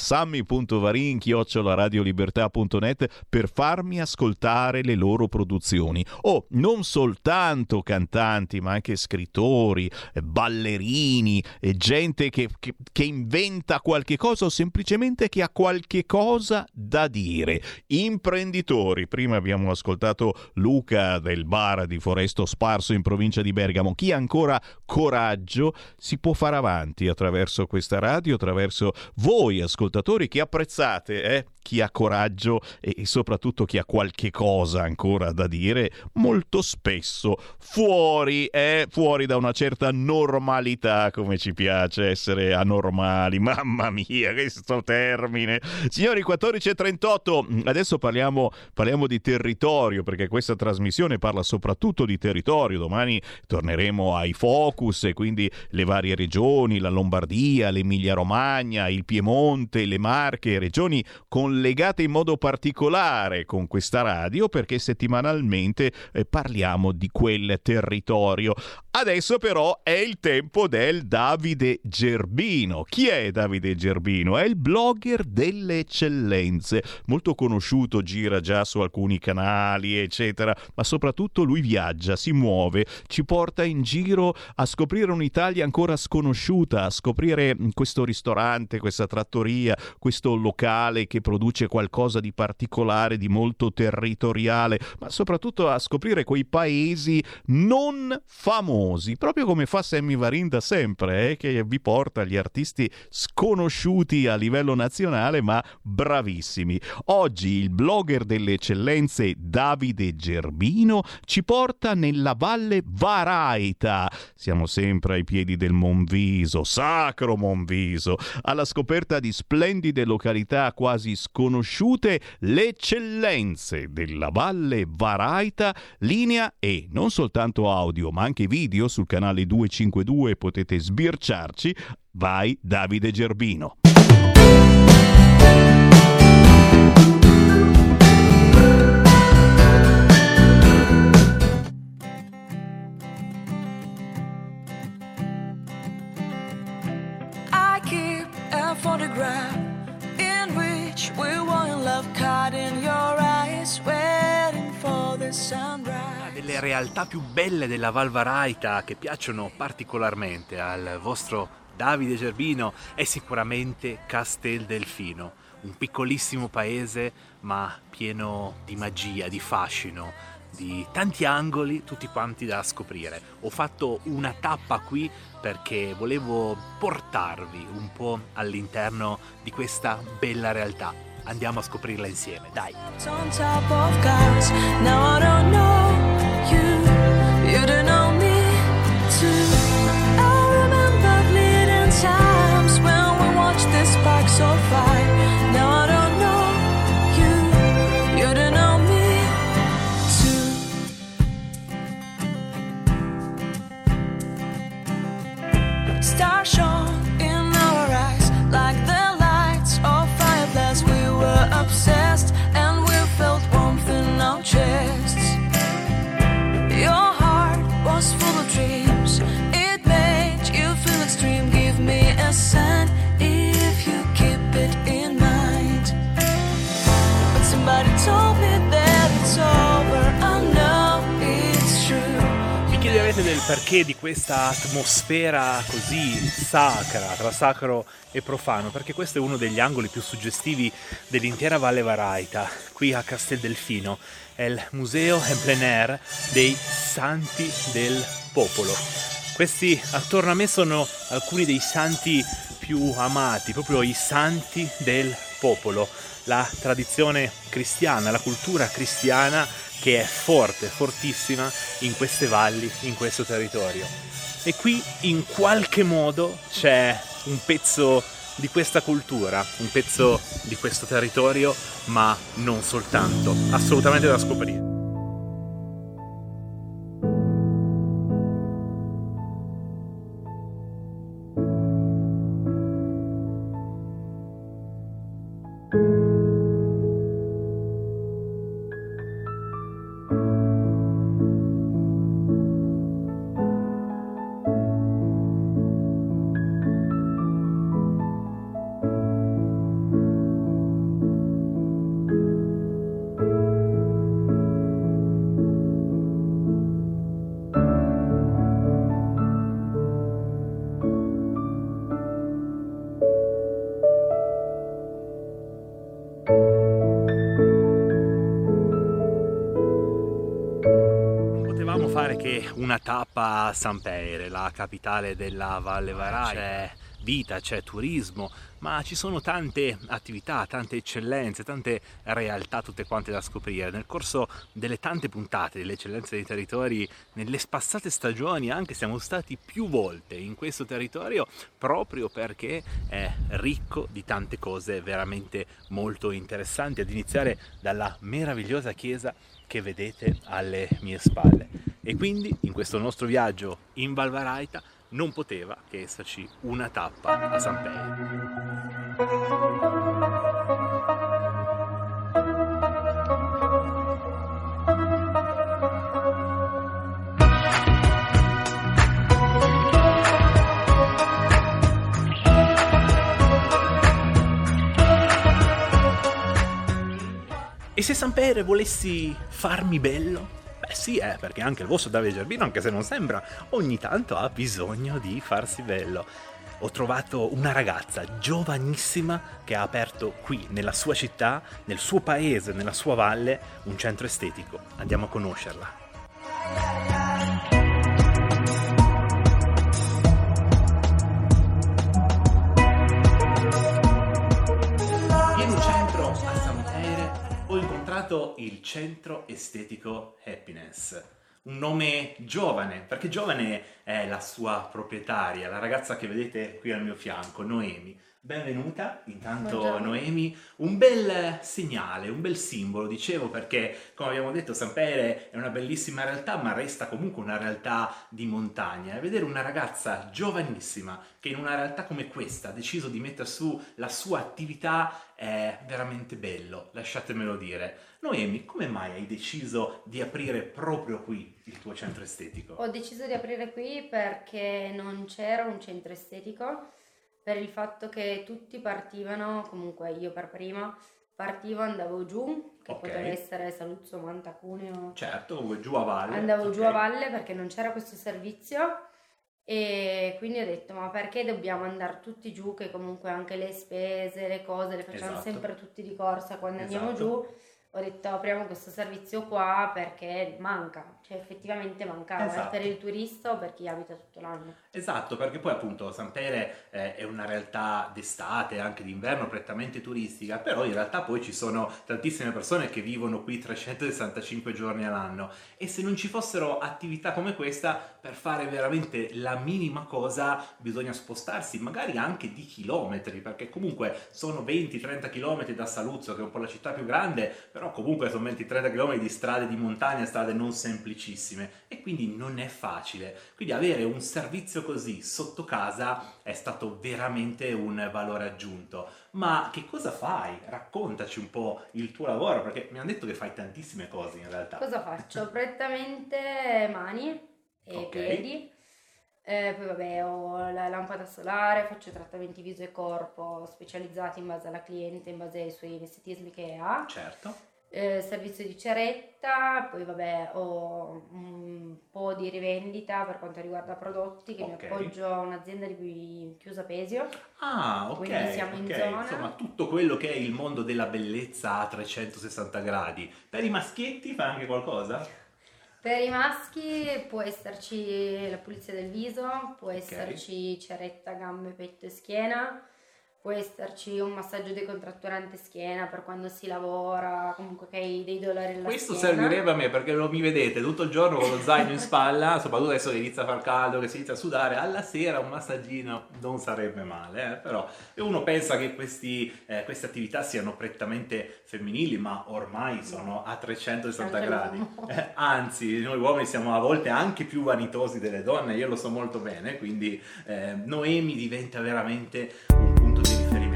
sammy.varin@radiolibertà.net per farmi ascoltare le loro produzioni. Non soltanto cantanti, ma anche scrittori, ballerini, gente che inventa qualche cosa o semplicemente che ha qualche cosa da dire. Imprenditori, prima abbiamo ascoltato Luca del bar di Foresto Sparso in provincia di Bergamo. Chi ha ancora coraggio si può fare avanti attraverso questa radio, attraverso voi ascoltatori che apprezzate, chi ha coraggio e soprattutto chi ha qualche cosa ancora da dire, molto spesso fuori da una certa normalità, come ci piace essere anormali. Mamma mia, questo termine. Signori, 14:38, adesso parliamo di territorio, perché questa trasmissione parla soprattutto di territorio. Domani torneremo ai focus e quindi le varie regioni, la Lombardia, l'Emilia Romagna, il Piemonte, le Marche, regioni collegate in modo particolare con questa radio, perché settimanalmente parliamo di quel territorio. Adesso però è il tempo del Davide Gerbino. Chi è Davide Gerbino? È il blogger delle eccellenze, molto conosciuto, gira già su alcuni canali eccetera, ma soprattutto lui viaggia, si muove, ci porta in giro a scoprire un'Italia ancora sconosciuta, a scoprire questo ristorante ristorante, questa trattoria, questo locale che produce qualcosa di particolare, di molto territoriale, ma soprattutto a scoprire quei paesi non famosi, proprio come fa Sammy Varin da sempre, che vi porta gli artisti sconosciuti a livello nazionale ma bravissimi. Oggi il blogger delle eccellenze Davide Gerbino ci porta nella Valle Varaita. Siamo sempre ai piedi del Monviso, sacro Monviso, alla scoperta di splendide località quasi sconosciute, le eccellenze della Valle Varaita, linea e non soltanto audio ma anche video sul canale 252, potete sbirciarci. Vai Davide Gerbino. I keep a photograph in which we were in love, caught in your eyes, waiting for the sunrise. Delle realtà più belle della Val Varaita che piacciono particolarmente al vostro Davide Gerbino è sicuramente Casteldelfino, un piccolissimo paese ma pieno di magia, di fascino, di tanti angoli, tutti quanti da scoprire. Ho fatto una tappa qui perché volevo portarvi un po' all'interno di questa bella realtà. Andiamo a scoprirla insieme, dai! On top of cars, now I don't know you, you don't know me too. I remember fleeting times when we watched the sparks so fire. Now I don't know you, you don't know me too. Stars shone in our eyes like the lights of fireflies. We were obsessed and we felt warmth in our chests. Your heart was full of dreams, it made you feel extreme. Give me a sign if you keep it in mind. But somebody told me that it's over, I know it's true. Vi chiederete del perché di questa atmosfera così sacra, tra sacro e profano, perché questo è uno degli angoli più suggestivi dell'intera Valle Varaita. Qui a Casteldelfino è il museo en plein air dei santi del popolo. Questi attorno a me sono alcuni dei santi più amati, proprio i santi del popolo, la tradizione cristiana, la cultura cristiana che è forte, fortissima in queste valli, in questo territorio. E qui in qualche modo c'è un pezzo di questa cultura, un pezzo di questo territorio, ma non soltanto, assolutamente da scoprire. Che una tappa a Sampere, la capitale della Valle Varaita. C'è vita, c'è turismo, ma ci sono tante attività, tante eccellenze, tante realtà tutte quante da scoprire. Nel corso delle tante puntate delle eccellenze dei territori, nelle passate stagioni anche siamo stati più volte in questo territorio proprio perché è ricco di tante cose veramente molto interessanti, ad iniziare dalla meravigliosa chiesa che vedete alle mie spalle. E quindi in questo nostro viaggio in Val Varaita non poteva che esserci una tappa a E se Sampere volessi farmi bello? Beh sì, perché anche il vostro Davide Gerbino, anche se non sembra, ogni tanto ha bisogno di farsi bello. ho trovato una ragazza giovanissima che ha aperto qui, nella sua città, nel suo paese, nella sua valle, un centro estetico. Andiamo a conoscerla. Ho incontrato il centro estetico Happiness, un nome giovane, perché giovane è la sua proprietaria, la ragazza che vedete qui al mio fianco, Noemi. Benvenuta, intanto. Buongiorno. Noemi, un bel segnale, un bel simbolo, dicevo, perché come abbiamo detto San Pere è una bellissima realtà, ma resta comunque una realtà di montagna, e vedere una ragazza giovanissima che in una realtà come questa ha deciso di mettere su la sua attività è veramente bello, lasciatemelo dire. Noemi, come mai hai deciso di aprire proprio qui il tuo centro estetico? Ho deciso di aprire qui perché non c'era un centro estetico, per il fatto che tutti partivano, comunque io per prima, partivo, andavo giù, che poteva essere Saluzzo, Manta, Cuneo. Certo, giù a valle. Andavo giù a valle perché non c'era questo servizio, e quindi ho detto, ma perché dobbiamo andare tutti giù, che comunque anche le spese, le cose le facciamo sempre tutti di corsa quando andiamo giù. Ho detto apriamo questo servizio qua perché manca, cioè effettivamente mancava, per il turista o per chi abita tutto l'anno. Esatto, perché poi appunto San Pere è una realtà d'estate, anche d'inverno, prettamente turistica, però in realtà poi ci sono tantissime persone che vivono qui 365 giorni all'anno, e se non ci fossero attività come questa, per fare veramente la minima cosa bisogna spostarsi magari anche di chilometri, perché comunque sono 20-30 chilometri da Saluzzo, che è un po' la città più grande, però comunque sono 20-30 km di strade di montagna, strade non semplicissime, e quindi non è facile. Quindi avere un servizio così sotto casa è stato veramente un valore aggiunto. Ma che cosa fai? Raccontaci un po' il tuo lavoro, perché mi hanno detto che fai tantissime cose in realtà. Cosa faccio? Prettamente mani e piedi. Poi vabbè, ho la lampada solare, faccio trattamenti viso e corpo specializzati in base alla cliente, in base ai suoi estetismi che ha. Certo. Servizio di ceretta, poi vabbè ho un po' di rivendita per quanto riguarda prodotti, che mi appoggio a un'azienda di cui chiusa Pesio. Ah, ok. Quindi siamo in zona. Insomma, tutto quello che è il mondo della bellezza a 360 gradi. Per i maschietti fai anche qualcosa? Per i maschi può esserci la pulizia del viso, può esserci ceretta, gambe, petto e schiena, può esserci un massaggio decontratturante schiena per quando si lavora, comunque che hai dei dolori alla Questo schiena. servirebbe a me, perché non mi vedete tutto il giorno con lo zaino in spalla, soprattutto adesso che inizia a far caldo, che si inizia a sudare, alla sera un massaggino non sarebbe male, però uno pensa che queste attività siano prettamente femminili, ma ormai sono a 360 gradi. Anzi, noi uomini siamo a volte anche più vanitosi delle donne, io lo so molto bene, quindi Noemi diventa veramente un punto di riferimento.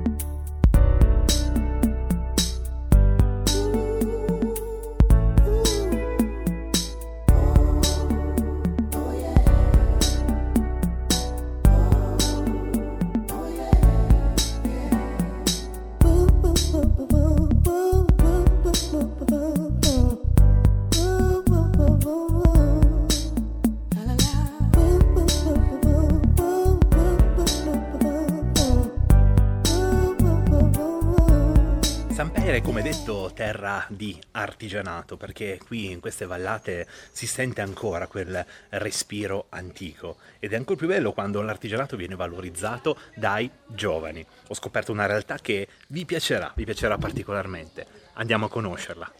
Come detto, terra di artigianato, perché qui in queste vallate si sente ancora quel respiro antico, ed è ancora più bello quando l'artigianato viene valorizzato dai giovani. Ho scoperto una realtà che vi piacerà particolarmente. Andiamo a conoscerla.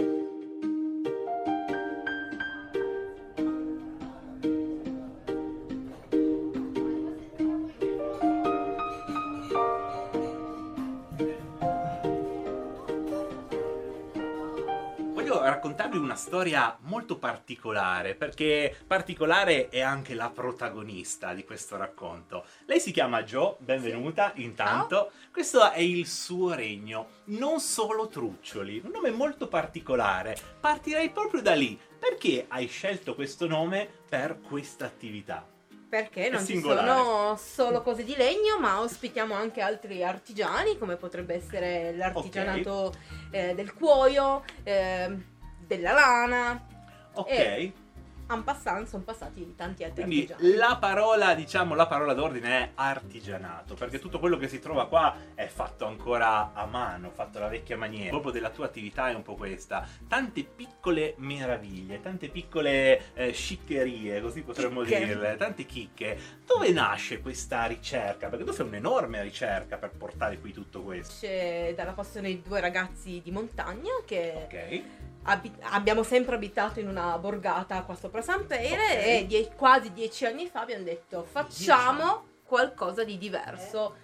Raccontarvi una storia molto particolare, perché particolare è anche la protagonista di questo racconto. Lei si chiama Jo, benvenuta intanto. Ciao. Questo è il suo regno, non solo truccioli, un nome molto particolare. Partirei proprio da lì. Perché hai scelto questo nome per questa attività? Perché non ci sono solo cose di legno, ma ospitiamo anche altri artigiani, come potrebbe essere l'artigianato del cuoio, della lana. Ok. en passant sono passati tanti altri Quindi artigiani. la parola d'ordine è artigianato, perché tutto quello che si trova qua è fatto ancora a mano, fatto alla vecchia maniera. Proprio della tua attività è un po' questa: tante piccole meraviglie, tante piccole sciccherie, così potremmo dirle, tante chicche. Dove nasce questa ricerca? Perché tu fai un'enorme ricerca per portare qui tutto questo. C'è dalla passione di due ragazzi di montagna che abbiamo sempre abitato in una borgata qua sopra San Pere e quasi 10 anni fa abbiamo detto facciamo qualcosa di diverso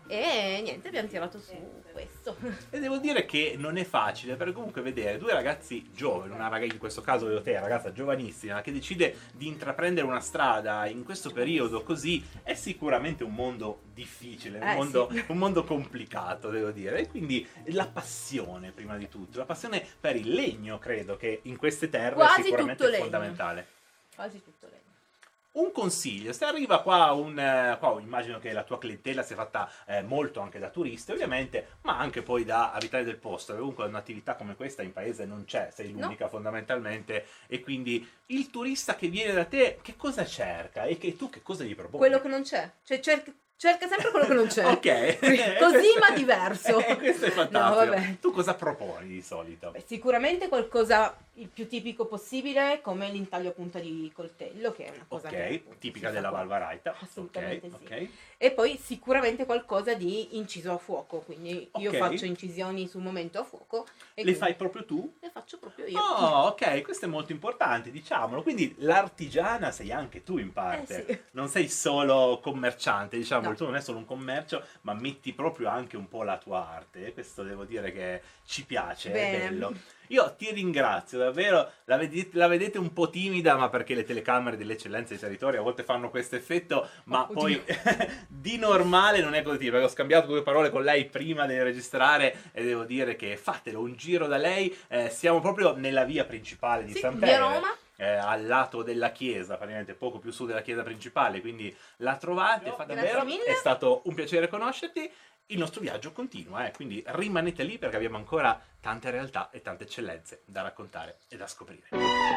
e niente, abbiamo tirato su questo. E devo dire che non è facile, perché comunque vedere due ragazzi giovani, una ragazza, in questo caso vedo te, una ragazza giovanissima che decide di intraprendere una strada in questo periodo così, è sicuramente un mondo difficile, un mondo complicato, devo dire. E quindi la passione, prima di tutto, la passione per il legno, credo che in queste terre quasi sicuramente tutto è fondamentale. Quasi tutto legno. Un consiglio: se arriva qua immagino che la tua clientela sia fatta molto anche da turisti ovviamente, ma anche poi da abitanti del posto. Comunque un'attività come questa in paese non c'è, sei l'unica fondamentalmente, e quindi il turista che viene da te che cosa cerca e che tu che cosa gli proponi? Quello che non c'è, cioè cerca sempre quello che non c'è. Ok. Così ma diverso. Questo è fantastico. Tu cosa proponi di solito? Sicuramente qualcosa il più tipico possibile, come l'intaglio a punta di coltello, che è una cosa tipica della Valvaraita. Assolutamente sì. E poi sicuramente qualcosa di inciso a fuoco, quindi io faccio incisioni sul momento a fuoco. E le fai proprio tu? Le faccio proprio io. Oh, ok, questo è molto importante, diciamolo. Quindi l'artigiana sei anche tu in parte. Sì. Non sei solo commerciante, diciamo, tu non è solo un commercio, ma metti proprio anche un po' la tua arte. E questo devo dire che ci piace, è bello. Io ti ringrazio davvero, la vedete un po' timida, ma perché le telecamere delle eccellenze dei territori a volte fanno questo effetto, ma poi di normale non è così, perché ho scambiato 2 parole con lei prima di registrare e devo dire che fatelo un giro da lei. Siamo proprio nella via principale di San Pere, via Roma. Al lato della chiesa, praticamente poco più su della chiesa principale, quindi la trovate, davvero, è stato un piacere conoscerti. Il nostro viaggio continua, quindi rimanete lì perché abbiamo ancora tante realtà e tante eccellenze da raccontare e da scoprire.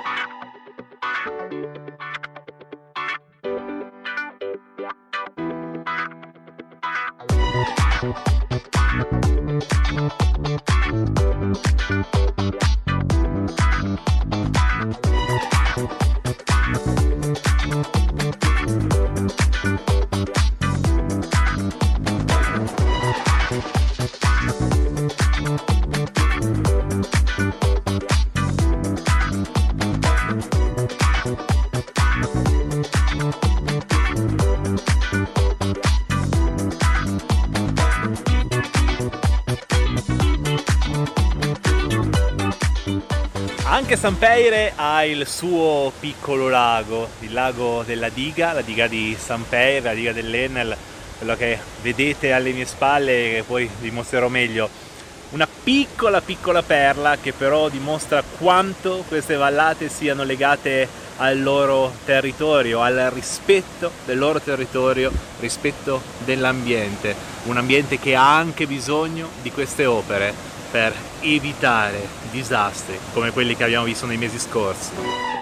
Anche San Pere ha il suo piccolo lago, il lago della diga, la diga di San Pere, la diga dell'Enel, quello che vedete alle mie spalle, che poi vi mostrerò meglio. Una piccola perla che però dimostra quanto queste vallate siano legate al loro territorio, al rispetto del loro territorio, rispetto dell'ambiente, un ambiente che ha anche bisogno di queste opere per evitare disastri come quelli che abbiamo visto nei mesi scorsi.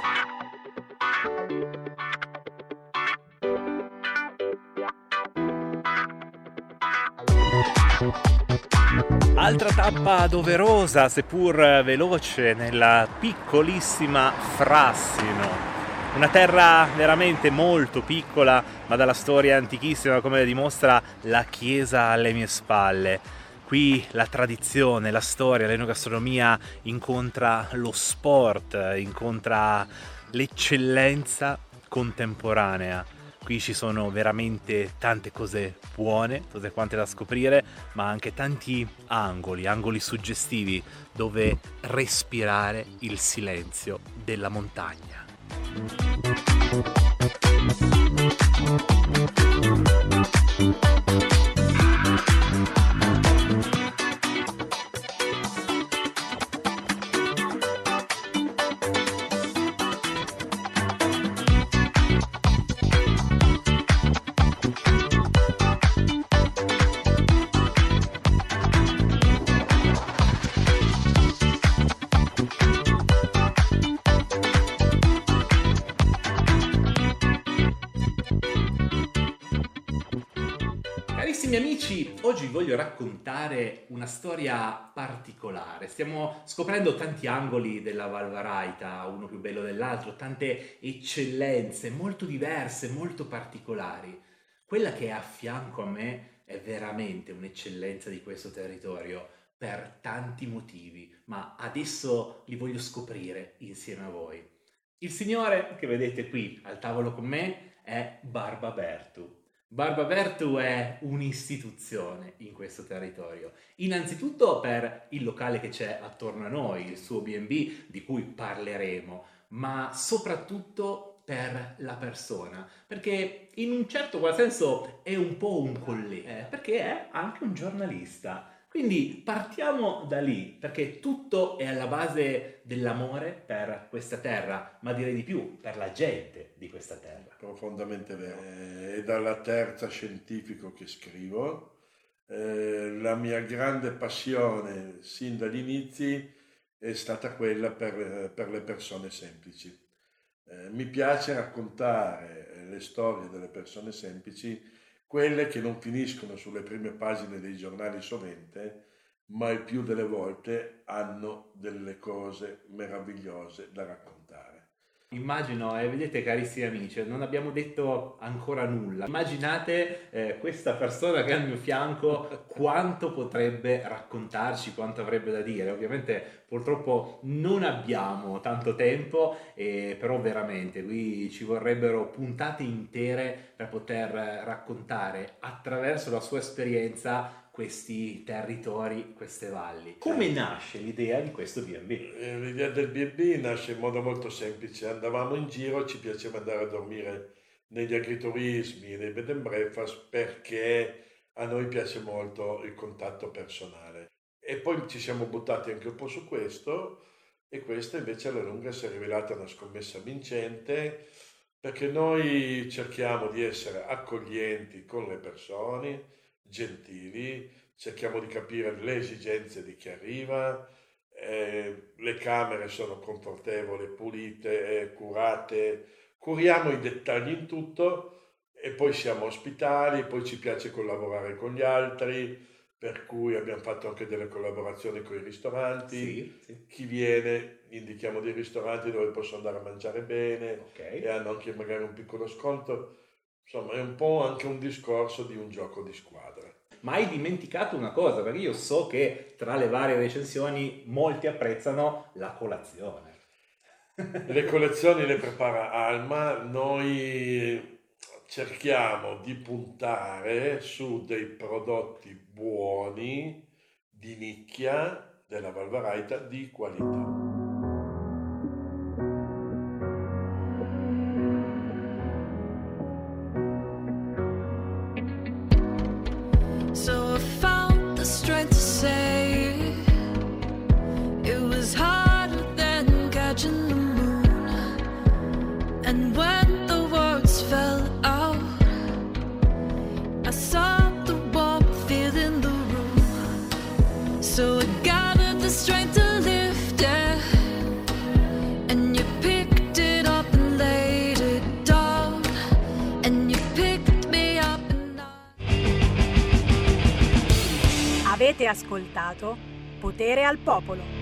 Altra tappa doverosa, seppur veloce, nella piccolissima Frassino. Una terra veramente molto piccola, ma dalla storia antichissima, come dimostra la chiesa alle mie spalle. Qui la tradizione, la storia, l'enogastronomia incontra lo sport, incontra l'eccellenza contemporanea. Qui ci sono veramente tante cose buone, tutte quante da scoprire, ma anche tanti angoli suggestivi dove respirare il silenzio della montagna. Carissimi amici, oggi vi voglio raccontare una storia particolare. Stiamo scoprendo tanti angoli della Valvaraita, uno più bello dell'altro, tante eccellenze molto diverse, molto particolari. Quella che è a fianco a me è veramente un'eccellenza di questo territorio per tanti motivi, ma adesso li voglio scoprire insieme a voi. Il signore che vedete qui al tavolo con me è Barbabertu. Barbabertu è un'istituzione in questo territorio, innanzitutto per il locale che c'è attorno a noi, il suo B&B di cui parleremo, ma soprattutto per la persona, perché in un certo qual senso è un po' un collega, perché è anche un giornalista. Quindi partiamo da lì, perché tutto è alla base dell'amore per questa terra, ma direi di più, per la gente di questa terra. Profondamente vero. È dalla terza scientifico che scrivo. La mia grande passione, sin dagli inizi, è stata quella per le persone semplici. Mi piace raccontare le storie delle persone semplici, quelle che non finiscono sulle prime pagine dei giornali sovente, ma il più delle volte hanno delle cose meravigliose da raccontare. Immagino, vedete carissimi amici, non abbiamo detto ancora nulla. Immaginate questa persona che è al mio fianco, quanto potrebbe raccontarci, quanto avrebbe da dire. Ovviamente purtroppo non abbiamo tanto tempo, però veramente qui ci vorrebbero puntate intere per poter raccontare attraverso la sua esperienza questi territori, queste valli. Come nasce l'idea di questo B&B? L'idea del B&B nasce in modo molto semplice. Andavamo in giro, ci piaceva andare a dormire negli agriturismi, nei bed and breakfast, perché a noi piace molto il contatto personale. E poi ci siamo buttati anche un po' su questo, e questa invece alla lunga si è rivelata una scommessa vincente, perché noi cerchiamo di essere accoglienti con le persone, gentili, cerchiamo di capire le esigenze di chi arriva, le camere sono confortevoli, pulite, curate, curiamo i dettagli in tutto e poi siamo ospitali, poi ci piace collaborare con gli altri, per cui abbiamo fatto anche delle collaborazioni con i ristoranti. Sì. Chi viene indichiamo dei ristoranti dove posso andare a mangiare bene, e hanno anche magari un piccolo sconto. Insomma, è un po' anche un discorso di un gioco di squadra. Ma hai dimenticato una cosa, perché io so che tra le varie recensioni molti apprezzano la colazione. Le colazioni le prepara Alma, noi cerchiamo di puntare su dei prodotti buoni, di nicchia, della Valvaraita, di qualità. So I found the strength to say it was harder than catching the moon. And when the words fell out, I saw the warmth in the room. So I gathered the strength to lift it, and you picked it up and laid it down, and you picked me up. Avete ascoltato Potere al Popolo.